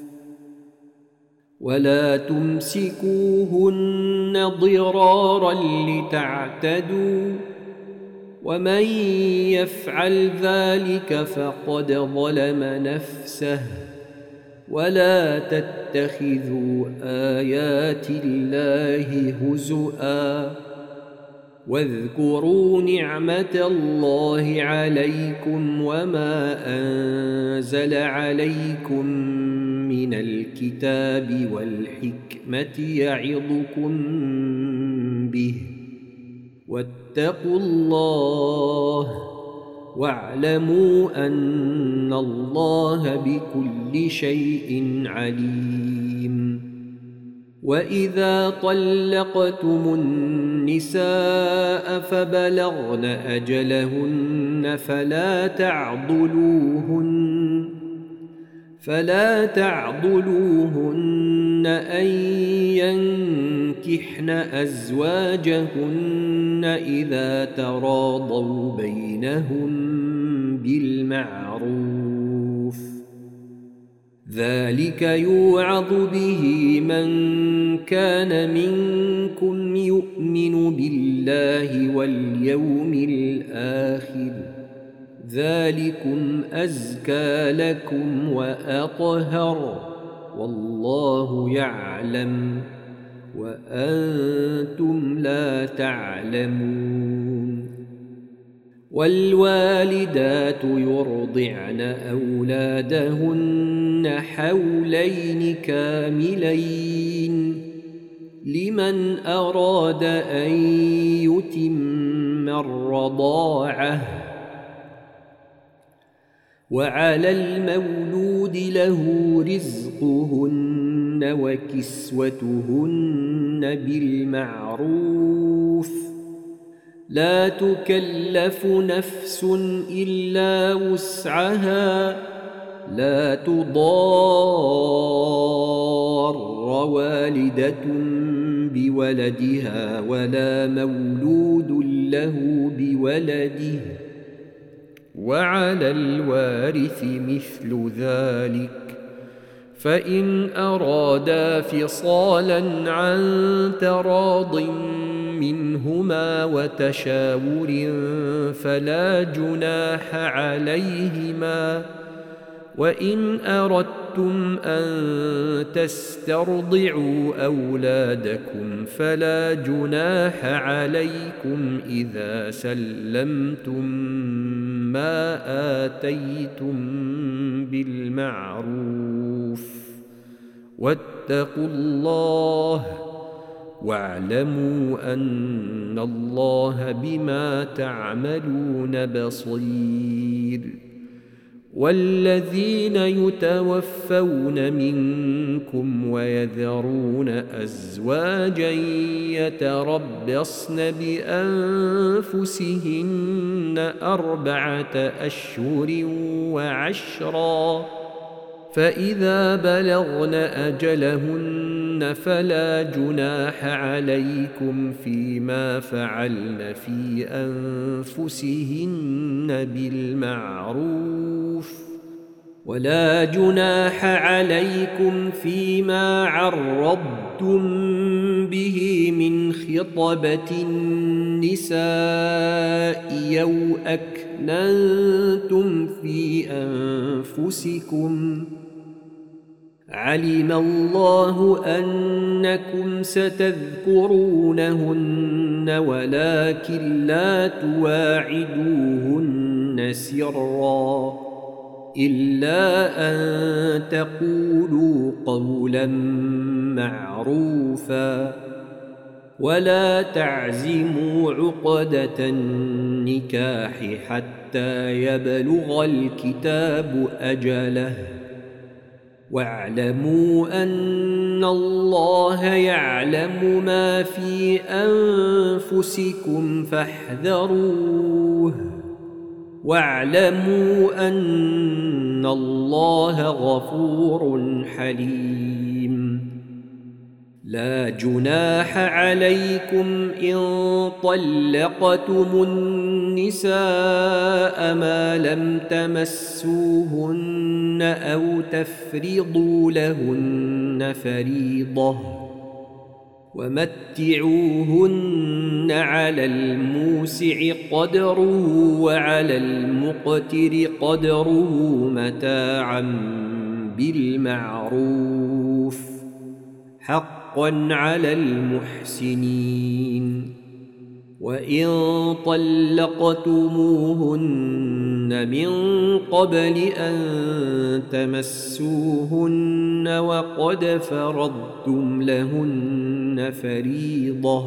ولا تمسكوهن ضرارا لتعتدوا ومن يفعل ذلك فقد ظلم نفسه ولا تتخذوا آيات الله هزؤا واذكروا نعمة الله عليكم وما أنزل عليكم من الكتاب والحكمة يعظكم به واتقوا الله واعلموا أن الله بكل شيء عليم وإذا طلقتم النساء فبلغن أجلهن فلا تعضلوهن فلا تعضلوهن أن ينكحن أزواجهن إذا تراضوا بينهم بالمعروف ذلك يوعظ به من كان منكم يؤمن بالله واليوم الآخر ذلكم أزكى لكم وأطهر والله يعلم وأنتم لا تعلمون والوالدات يرضعن أولادهن حولين كاملين لمن أراد أن يتم الرضاعة وعلى المولود له رزقهن وكسوتهن بالمعروف لا تكلف نفس إلا وسعها لا تضار والدة بولدها ولا مولود له بولده وعلى الوارث مثل ذلك فإن أرادا فصالا عن تراض منهما وتشاور فلا جناح عليهما وإن أردتم أن تسترضعوا أولادكم فلا جناح عليكم إذا سلمتم ما آتيتم بالمعروف واتقوا الله واعلموا أن الله بما تعملون بصير والذين يتوفون منكم ويذرون أزواجا يتربصن بأنفسهن أربعة أشهر وعشرا فإذا بلغن أجلهن فلا جناح عليكم فيما فعلن في أنفسهن بالمعروف ولا جناح عليكم فيما عرضتم به من خطبة النساء أو أكننتم في أنفسكم علم الله أنكم ستذكرونهن ولكن لا تواعدوهن سرا إلا أن تقولوا قولا معروفا ولا تعزموا عقدة النكاح حتى يبلغ الكتاب أجله واعلموا أن الله يعلم ما في أنفسكم فاحذروه واعلموا أن الله غفور حليم. لا جناح عليكم إن طلقتم النساء ما لم تمسوهن أو تفرضوا لهن فريضة، ومتعوهن على الموسع قدره وعلى المقتر قدره متاعا بالمعروف حقا على المحسنين. وإن طلقتموهن من قبل أن تمسوهن وقد فرضتم لهن فريضة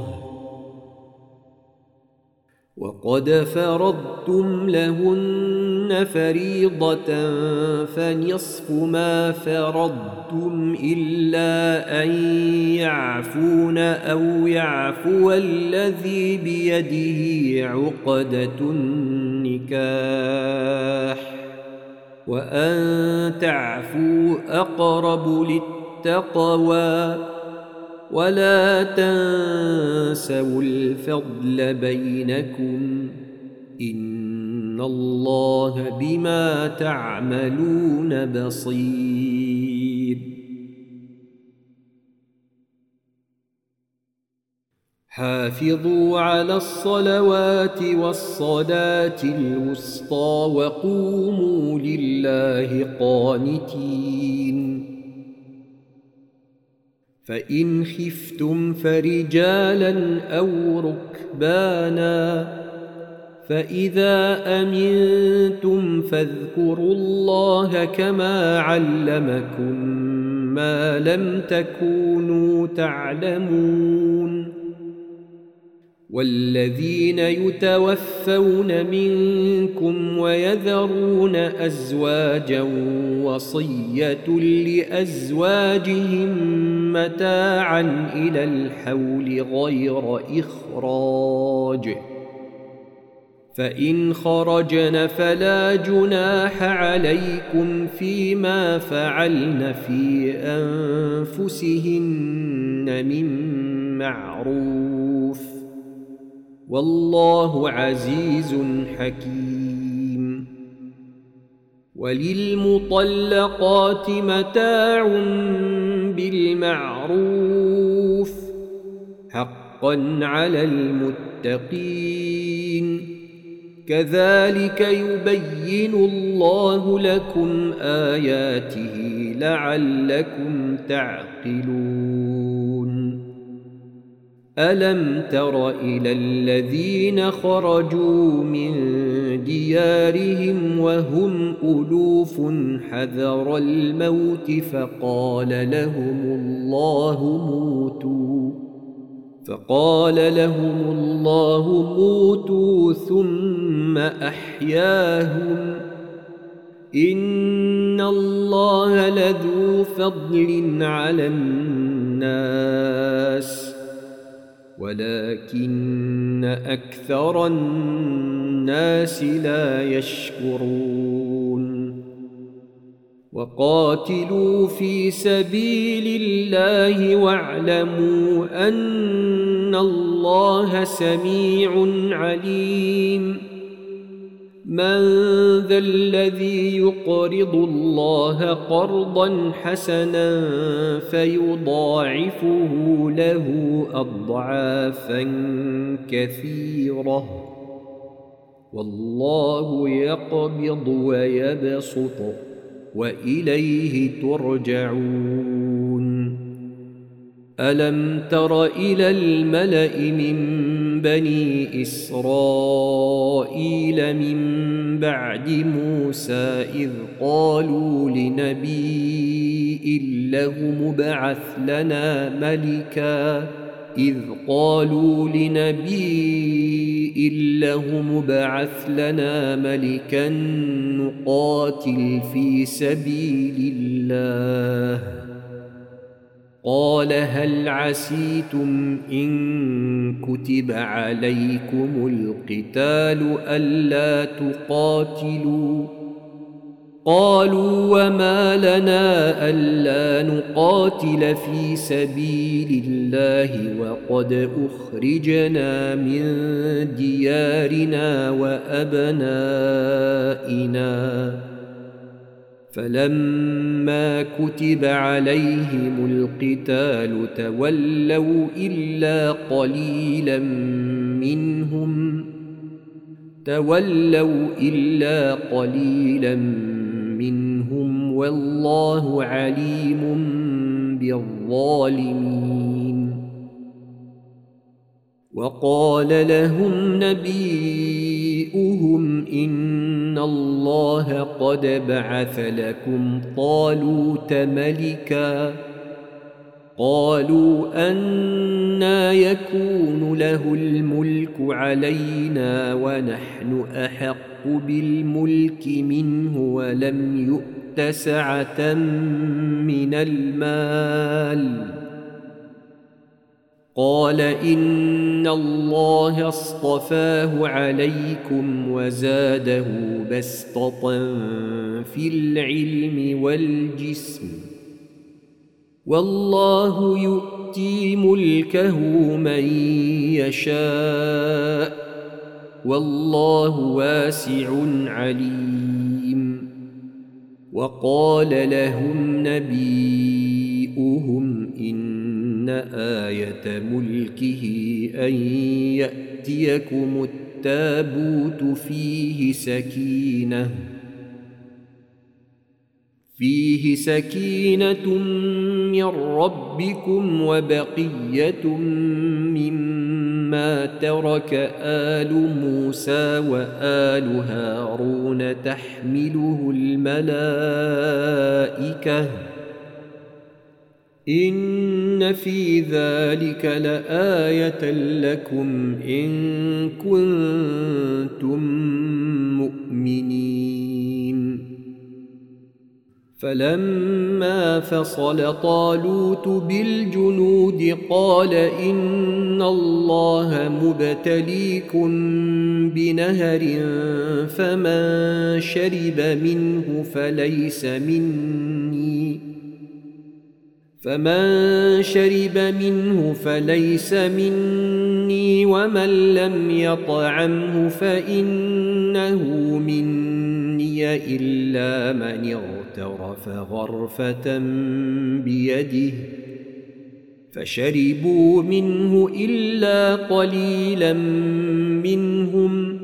وقد فرضتم لهن فريضة فنصف ما فرضتم إلا أن يعفون أو يعفو الذي بيده عقدة النكاح، وأن تعفوا أقرب للتقوى، ولا تنسوا الفضل بينكم إن الله بما تعملون بصير. حافظوا على الصلوات والصلاة الوسطى وقوموا لله قانتين. فإن خفتم فرجالا أو ركبانا فإذا أمنتم فاذكروا الله كما علمكم ما لم تكونوا تعلمون. والذين يتوفون منكم ويذرون أزواجا وصية لأزواجهم متاعا إلى الحول غير إخراج، فإن خرجن فلا جناح عليكم فيما فعلن في أنفسهن من معروف، والله عزيز حكيم. وللمطلقات متاع بالمعروف حقا على المتقين. كذلك يبين الله لكم آياته لعلكم تعقلون. ألم تر إلى الذين خرجوا من ديارهم وهم ألوف حذر الموت فقال لهم الله موتوا فقال لهم الله موتوا ثم أحياهم إن الله لذو فضل على الناس ولكن أكثر الناس لا يشكرون. وقاتلوا في سبيل الله واعلموا أن الله سميع عليم. من ذا الذي يقرض الله قرضا حسنا فيضاعفه له أضعافا كثيرة والله يقبض ويبسط وإليه ترجعون. ألم تر إلى الملأ من بني إسرائيل من بعد موسى إذ قالوا لنبي له مبعث لنا ملكا إذ قالوا لنبي له مبعث لنا ملكا نقاتل في سبيل الله قال هل عسيتم إن كتب عليكم القتال ألا تقاتلوا قالوا وما لنا ألا نقاتل في سبيل الله وقد أخرجنا من ديارنا وأبنائنا فلما كتب عليهم القتال تولوا إلا قليلا منهم تولوا إلا قليلا منهم والله عليم بالظالمين. وقال لهم نبيئهم إن الله قد بعث لكم طالوت ملكا قالوا أنى يكون له الملك علينا ونحن أحق بالملك منه ولم يؤت سعة من المال قال إن الله اصطفاه عليكم وزاده بسطة في العلم والجسم والله يؤتي ملكه من يشاء والله واسع عليم. وقال لهم نبيئهم إن آية ملكه أن يأتيكم التابوت فيه سكينة فيه سكينة من ربكم وبقية مما ترك آل موسى وآل هارون تحمله الملائكة إن في ذلك لآية لكم إن كنتم مؤمنين. فلما فصل طالوت بالجنود قال إن الله مبتليكم بنهر فمن شرب منه فليس مني فمن شرب منه فليس مني ومن لم يطعمه فإنه مني إلا من اغترف غرفة بيده فشربوا منه إلا قليلا منهم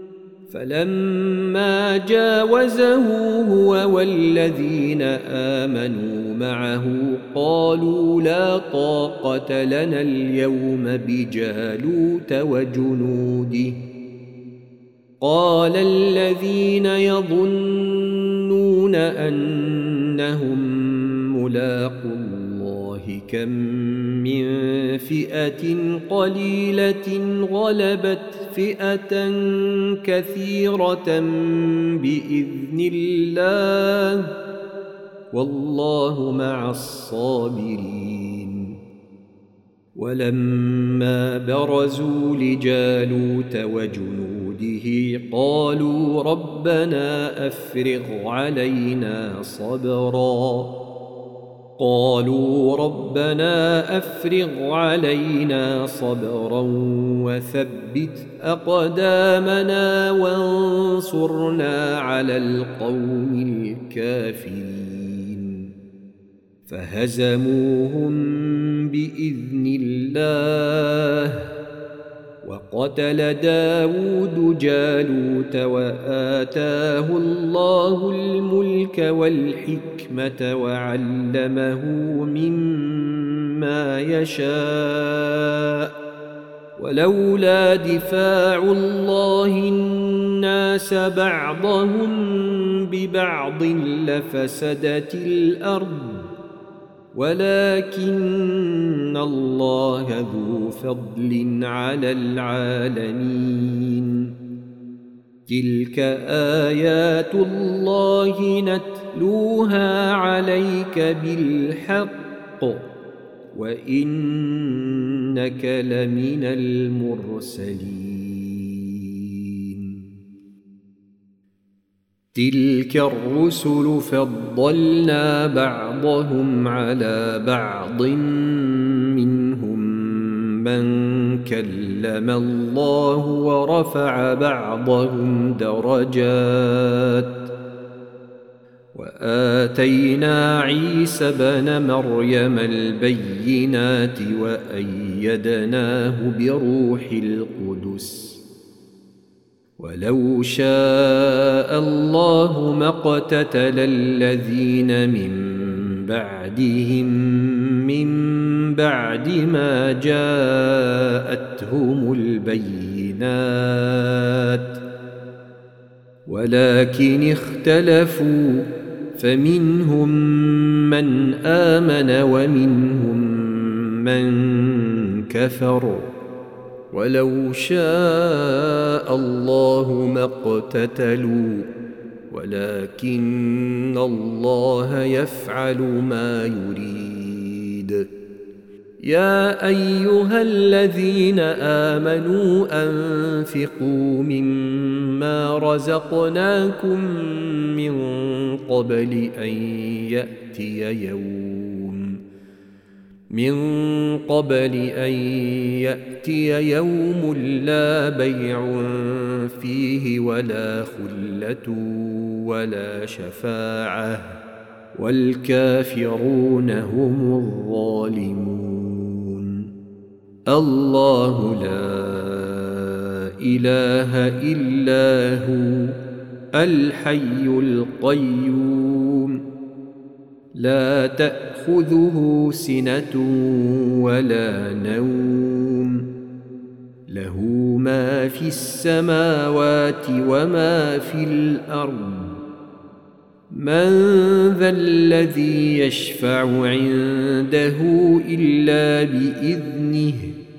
فلما جاوزه هو والذين آمنوا معه قالوا لا طاقة لنا اليوم بجالوت وجنوده قال الذين يظنون أنهم ملاقو الله كم من فئة قليلة غلبت فئة كثيرة بإذن الله والله مع الصابرين. ولما برزوا لجالوت وجنوده قالوا ربنا أفرغ علينا صبرا قالوا ربنا أفرغ علينا صبرا وثبت أقدامنا وانصرنا على القوم الكافرين. فهزموهم بإذن الله وقتل داود جالوت وآتاه الله الملك والحكمة وعلمه مما يشاء ولولا دفاع الله الناس بعضهم ببعض لفسدت الأرض ولكن الله ذو فضل على العالمين. تلك آيات الله نتلوها عليك بالحق وإنك لمن المرسلين. تلك الرسل فضلنا بعضهم على بعض، منهم من كلم الله ورفع بعضهم درجات، وآتينا عيسى ابن مريم البينات وأيدناه بروح القدس. ولو شاء الله ما اقتتل الذين من بعدهم من بعد ما جاءتهم البينات، ولكن اختلفوا فمنهم من آمن ومنهم من كفر. ولو شاء الله ما اقتتلوا ولكن الله يفعل ما يريد. يا أيها الذين آمنوا أنفقوا مما رزقناكم من قبل أن يأتي يوم من قبل أن يأتي يوم لا بيع فيه ولا خلة ولا شفاعة والكافرون هم الظالمون. الله لا إله إلا هو الحي القيوم لا تأخذه سنة ولا نوم، له ما في السماوات وما في الأرض. من ذا الذي يشفع عنده إلا بإذنه،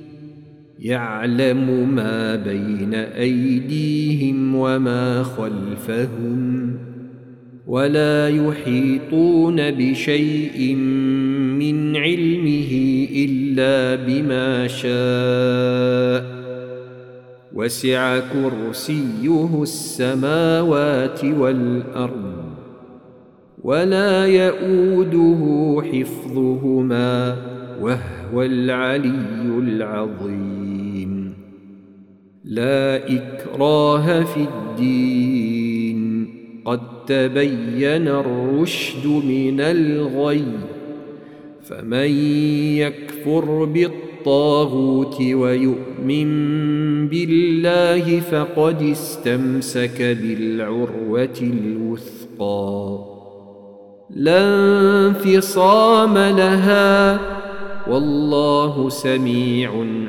يعلم ما بين أيديهم وما خلفهم، ولا يحيطون بشيء من علمه إلا بما شاء، وسع كرسيه السماوات والأرض، ولا يؤوده حفظهما وهو العلي العظيم. لا إكراه في الدين، قد تبين الرشد من الغي، فمن يكفر بالطاغوت ويؤمن بالله فقد استمسك بالعروة الوثقى لا انفصام لها، والله سميع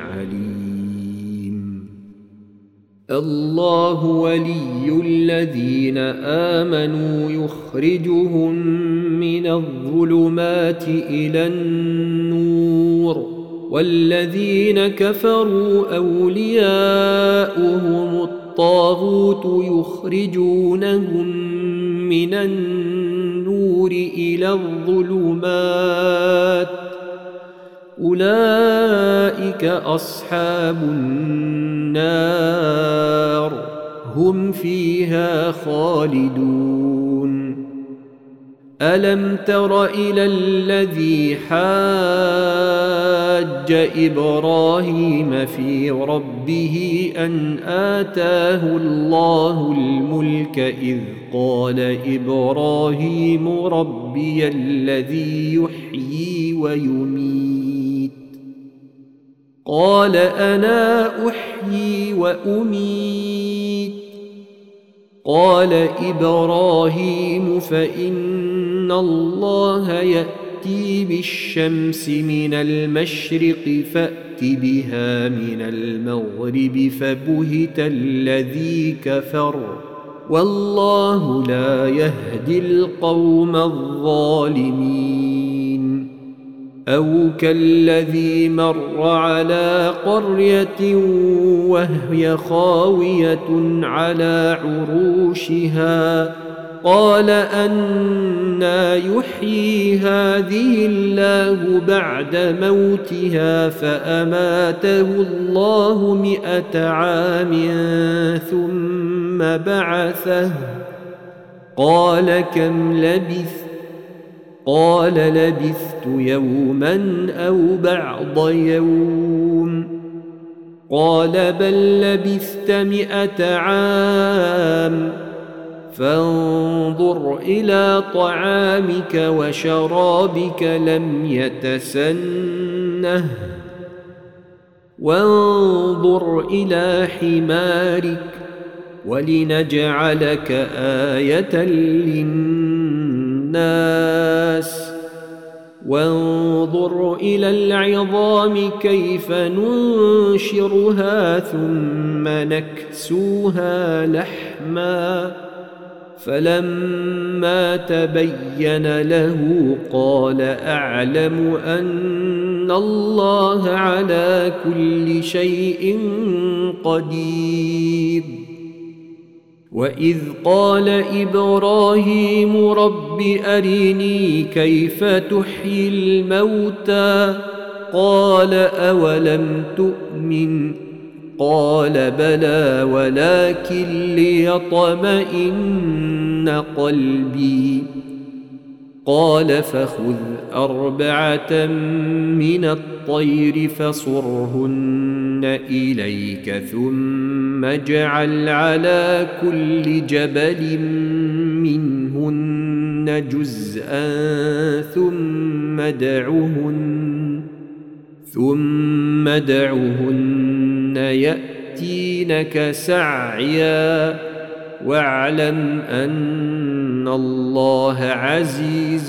عليم. الله ولي الذين آمنوا يخرجهم من الظلمات إلى النور، والذين كفروا أولياؤهم الطاغوت يخرجونهم من النور إلى الظلمات، أولئك أصحاب النار هم فيها خالدون. ألم تر إلى الذي حاج إبراهيم في ربه أن آتاه الله الملك إذ قال إبراهيم ربي الذي يحيي ويميت، قال أنا أحيي وأميت، قال إبراهيم فإن الله يأتي بالشمس من المشرق فأت بها من المغرب فبهت الذي كفر، والله لا يهدي القوم الظالمين. أو كالذي مر على قرية وهي خاوية على عروشها قال أنى يحيي هذه الله بعد موتها فأماته الله مئة عام ثم بعثه قال كم لبثت قال لبثت يوما أو بعض يوم قال بل لبثت مئة عام فانظر إلى طعامك وشرابك لم يتسنه وانظر إلى حمارك ولنجعلك آية للناس وانظر إلى العظام كيف ننشرها ثم نكسوها لحما فلما تبين له قال أعلم أن الله على كل شيء قدير وإذ قال إبراهيم رب أرني كيف تحيي الموتى قال أولم تؤمن قال بلى ولكن ليطمئن قلبي قال فخذ أربعة من الطير فصرهن إليك ثم اجعل على كل جبل منهن جزءا ثم ادعهن ثم ادعهن يأتينك سعيا واعلم أن الله عزيز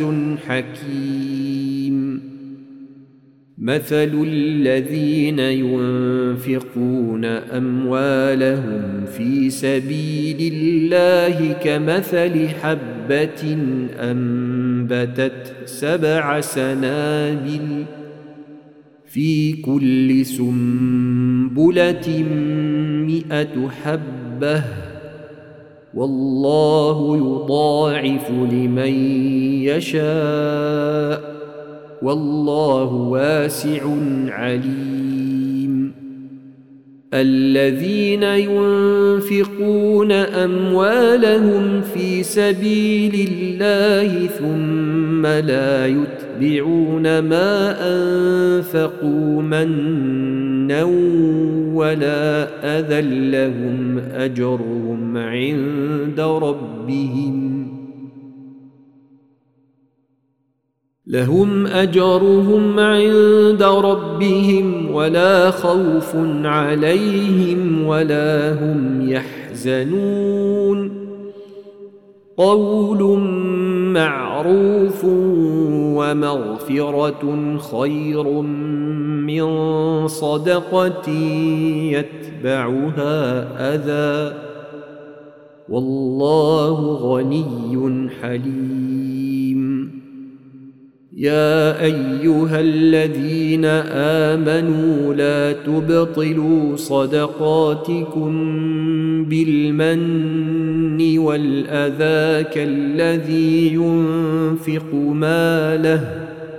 حكيم مثل الذين ينفقون أموالهم في سبيل الله كمثل حبة أنبتت سبع سنابل في كل سنبلة مئة حبة والله يضاعف لمن يشاء والله واسع عليم الذين ينفقون أموالهم في سبيل الله ثم لا يتبعون ما أنفقوا منا ولا أذى لهم أجرهم عند ربهم لهم أجرهم عند ربهم ولا خوف عليهم ولا هم يحزنون قول معروف ومغفرة خير من صدقة يتبعها أذى والله غني حليم يا أيها الذين آمنوا لا تبطلوا صدقاتكم بالمن والأذى كالذي ينفق ماله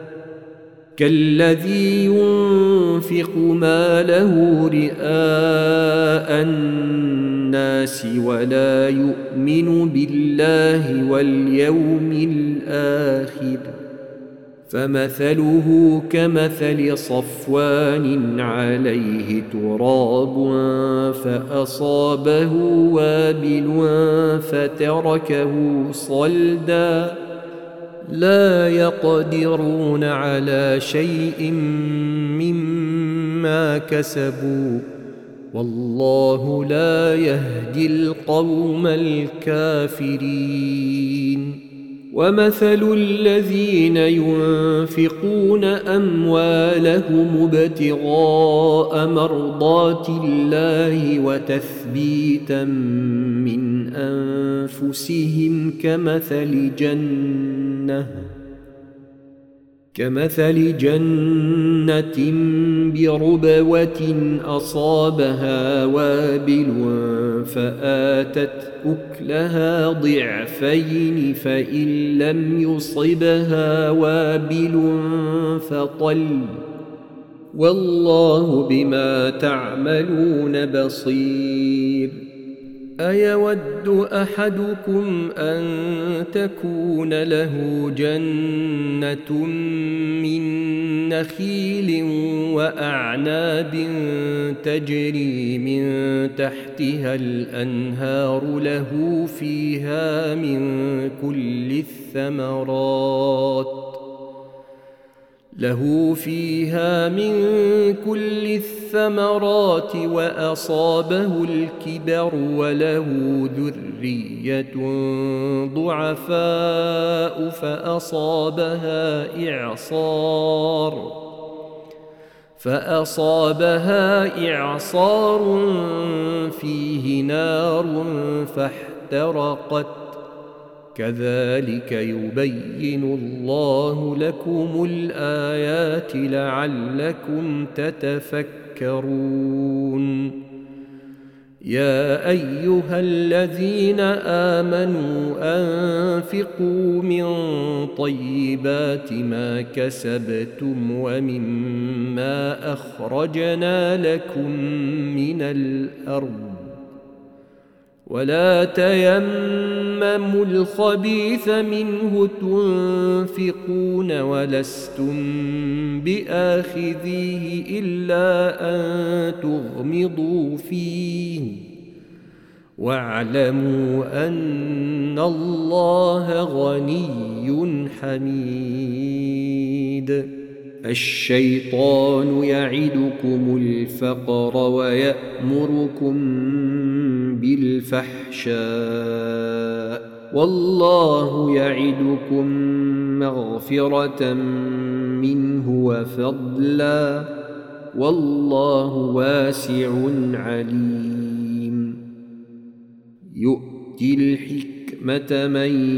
كالذي ينفق ماله رئاء الناس ولا يؤمن بالله واليوم الآخر فمثله كمثل صفوان عليه تراب فأصابه وابل فتركه صلدا لا يقدرون على شيء مما كسبوا والله لا يهدي القوم الكافرين ومثل الذين ينفقون أموالهم ابتغاء مرضات الله وتثبيتا من أنفسهم كمثل جنة كمثل جنة بربوة أصابها وابل فآتت أكلها ضعفين فإن لم يصبها وابل فطل والله بما تعملون بصير. أيود أحدكم أن تكون له جنة من نخيل وأعناب تجري من تحتها الأنهار له فيها من كل الثمرات له فيها من كل الثمرات وأصابه الكبر وله ذرية ضعفاء فأصابها إعصار فأصابها إعصار فيه نار فاحترقت كذلك يبين الله لكم الآيات لعلكم تتفكرون. يا أيها الذين آمنوا أنفقوا من طيبات ما كسبتم ومما أخرجنا لكم من الأرض ولا تيمموا الخبيث منه تنفقون ولستم بآخذيه إلا أن تغمضوا فيه واعلموا أن الله غني حميد. الشيطان يعدكم الفقر ويأمركم بالفحشاء والله يعدكم مغفرة منه وفضلا والله واسع عليم. يؤتي الحكمة من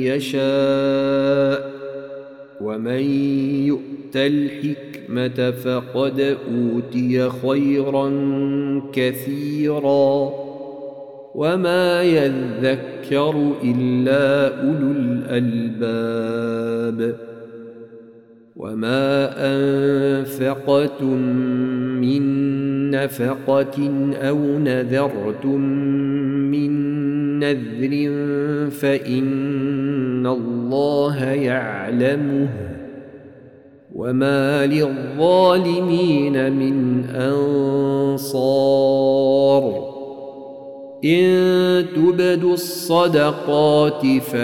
يشاء ومن يؤت الحكمة فقد أوتي خيرا كثيرا وما يذكر إلا أولو الألباب. وما أنفقتم من نفقة أو نذرتم من نذر فإن الله يعلمه وما للظالمين من أنصار. إن تبدوا الصدقات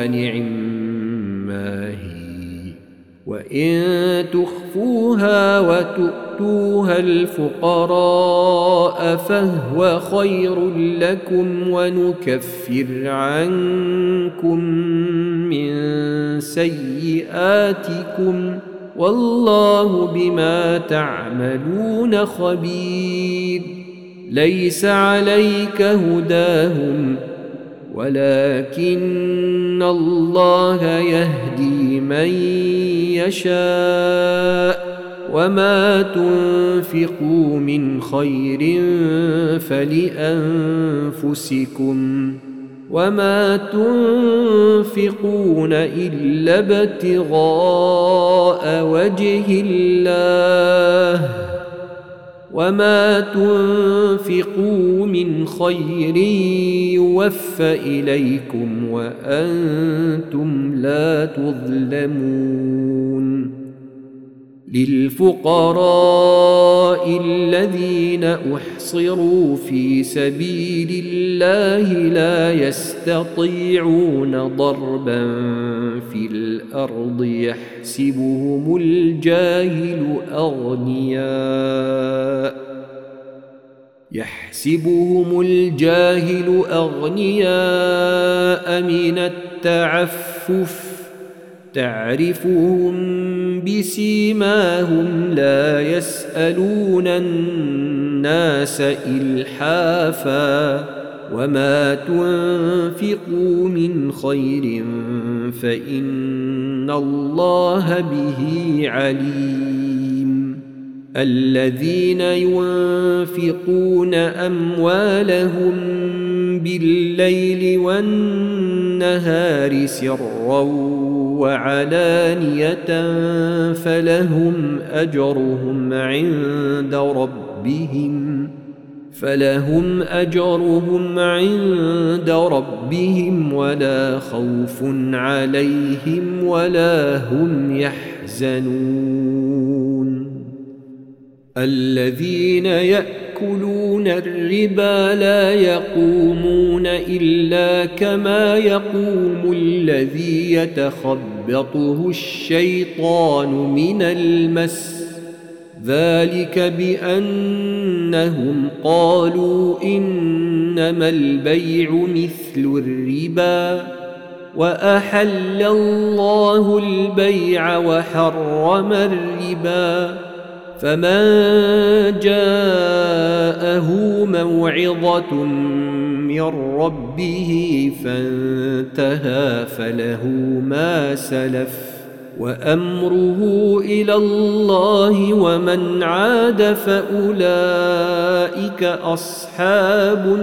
فنعما هي وإن تخفوها وتؤتوها الفقراء فهو خير لكم ونكفر عنكم من سيئاتكم والله بما تعملون خبير. ليس عليك هداهم ولكن الله يهدي من يشاء وما تنفقوا من خير فلأنفسكم وما تنفقون إلا ابتغاء وجه الله وما تنفقوا من خير يوفى إليكم وأنتم لا تظلمون. للفقراء الذين أحصروا في سبيل الله لا يستطيعون ضربا في الأرض يحسبهم الجاهل أغنياء يحسبهم الجاهل أغنياء من التعفف تعرفهم بسيماهم لا يسألون الناس إلحافا وما تنفقوا من خير فإن الله به عليم. الذين ينفقون أموالهم بالليل والنهار سرا وعلانية فلهم أجرهم عند ربهم فلهم أجرهم عند ربهم ولا خوف عليهم ولا هم يحزنون. الذين يأكلون الربا لا يقومون إلا كما يقوم الذي يتخبطه الشيطان من المس، ذلك بأنهم قالوا إنما البيع مثل الربا وأحل الله البيع وحرم الربا، فمن جاءه موعظة من ربه فانتهى فله ما سلف وأمره إلى الله ومن عاد فأولئك أصحاب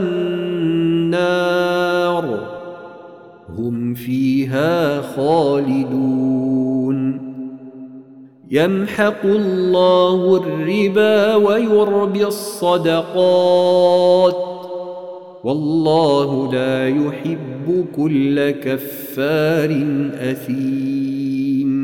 النار هم فيها خالدون. يمحق الله الربا ويربي الصدقات والله لا يحب كل كفار أثيم.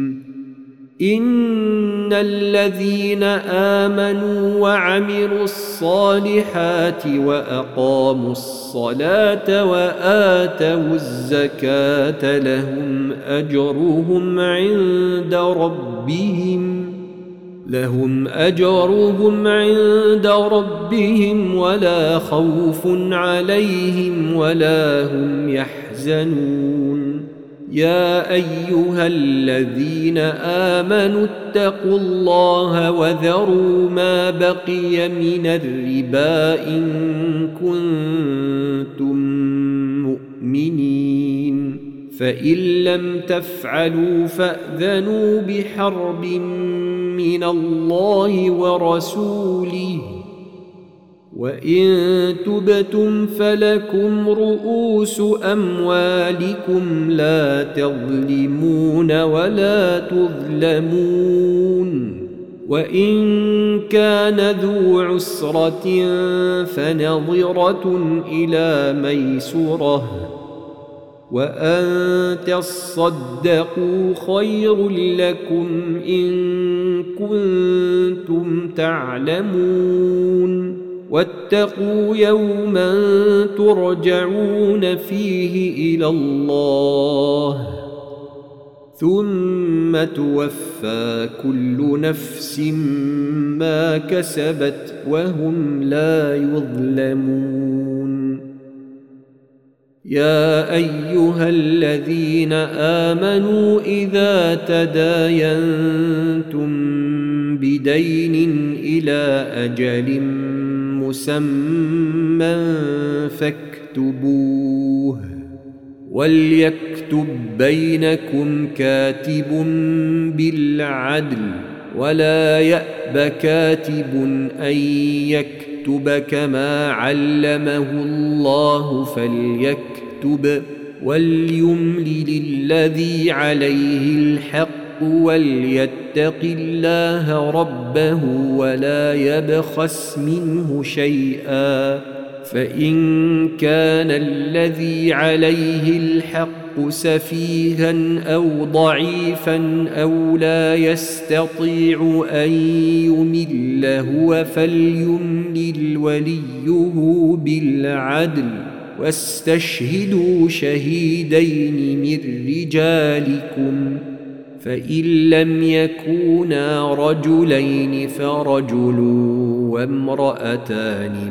إن الذين آمنوا وعملوا الصالحات وأقاموا الصلاة وآتوا الزكاة لهم أجرهم عند ربهم لهم أجرهم عند ربهم ولا خوف عليهم ولا هم يحزنون. يا أيها الذين آمنوا اتقوا الله وذروا ما بقي من الربا إن كنتم مؤمنين، فإن لم تفعلوا فأذنوا بحرب من الله ورسوله، وإن تبتم فلكم رؤوس أموالكم لا تظلمون ولا تظلمون. وإن كان ذو عسرة فنظرة إلى ميسرة وأن تصدقوا خير لكم إن كنتم تعلمون. واتقوا يوما ترجعون فيه إلى الله ثم توفى كل نفس ما كسبت وهم لا يظلمون. يا أيها الذين آمنوا إذا تداينتم بدين إلى أجل مسمى فاكتبوه وليكتب بينكم كاتب بالعدل ولا يأب كاتب أن يكتب كما علمه الله فليكتب وليملل الذي عليه الحق وليتق الله ربه ولا يبخس منه شيئا، فإن كان الذي عليه الحق سفيها أو ضعيفا أو لا يستطيع أن يمل هو فليملل وليه بالعدل واستشهدوا شهيدين من رجالكم، فإن لم يكونا رجلين فرجل وامرأتان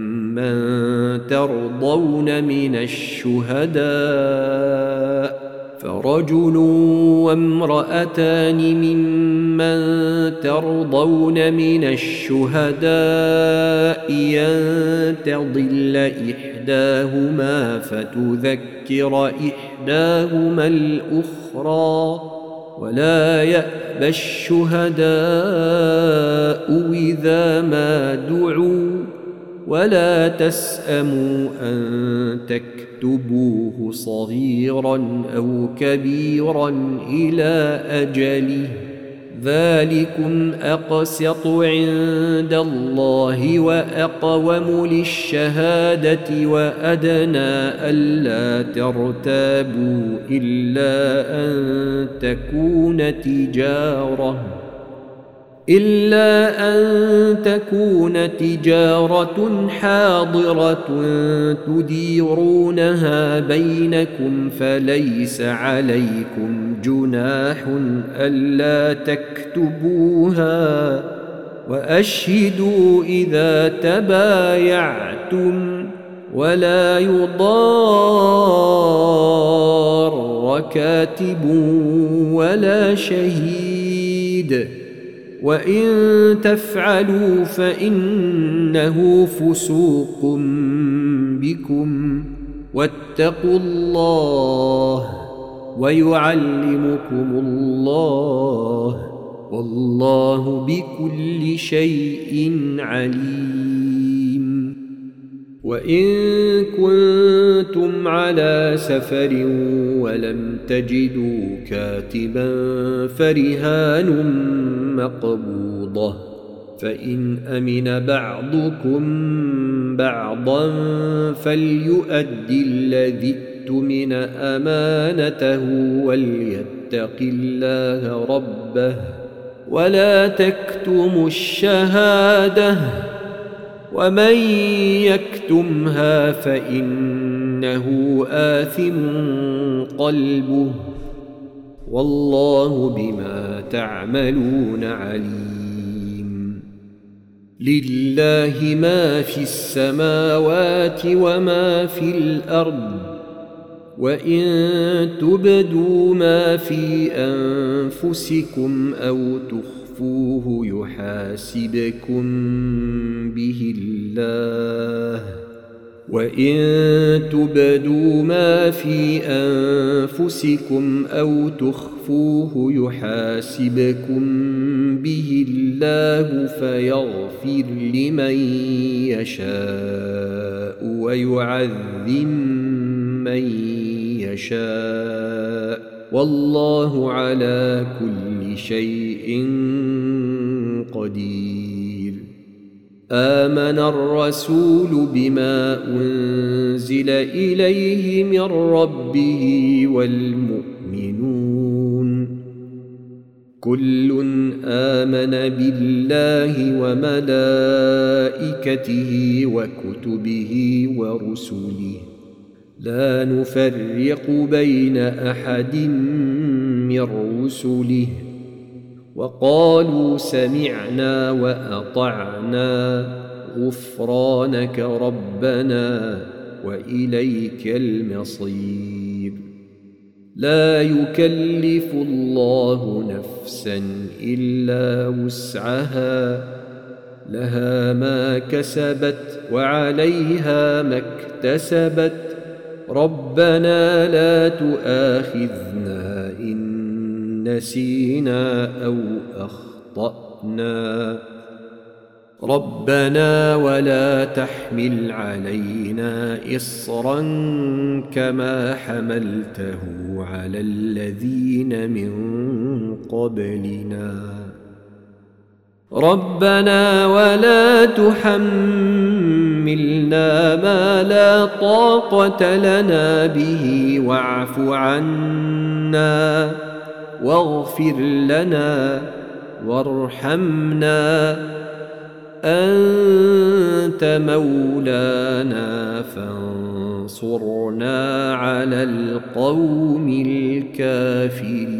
ممن ترضون من الشهداء فرجل وامرأتان ممن ترضون من الشهداء أن تضل إحداهما فتذكر إحداهما الأخرى ولا يأبى الشهداء إذا ما دعوا ولا تسأموا أن تكتبوه صغيرا أو كبيرا إلى أجله ذلكم أقسط عند الله وأقوم للشهادة وأدنى ألا ترتابوا إلا أن تكون تجارة إلا أن تكون تجارة حاضرة تديرونها بينكم فليس عليكم جناح ألا تكتبوها وأشهدوا إذا تبايعتم ولا يضار كاتب ولا شهيد وإن تفعلوا فإنه فسوق بكم واتقوا الله ويعلمكم الله والله بكل شيء عليم. وإن كنتم على سفر ولم تجدوا كاتبا فرهان مقبوضة فإن أمن بعضكم بعضا فليؤدي الذي اؤتمن أمانته وليتق الله ربه ولا تكتموا الشهادة ومن يكتمها فإنه آثم قلبه والله بما تعملون عليم. لله ما في السماوات وما في الأرض وإن تبدوا ما في أنفسكم أو تخفوه يحاسبكم به الله وإن تبدوا ما في أنفسكم أو تخفوه يحاسبكم به الله فيغفر لمن يشاء ويعذب من يشاء والله على كل شيء قدير. آمن الرسول بما أنزل إليه من ربه والمؤمنون كل آمن بالله وملائكته وكتبه ورسله لا نفرق بين أحد من رسله وقالوا سمعنا وأطعنا غفرانك ربنا وإليك المصير. لا يكلف الله نفسا إلا وسعها لها ما كسبت وعليها ما اكتسبت ربنا لا تؤاخذنا إن نسينا أو أخطأنا ربنا ولا تحمل علينا إصرا كما حملته على الذين من قبلنا ربنا ولا تحملنا ما لا طاقة لنا به واعف عنا واغفر لنا وارحمنا أنت مولانا فانصرنا على القوم الكافرين.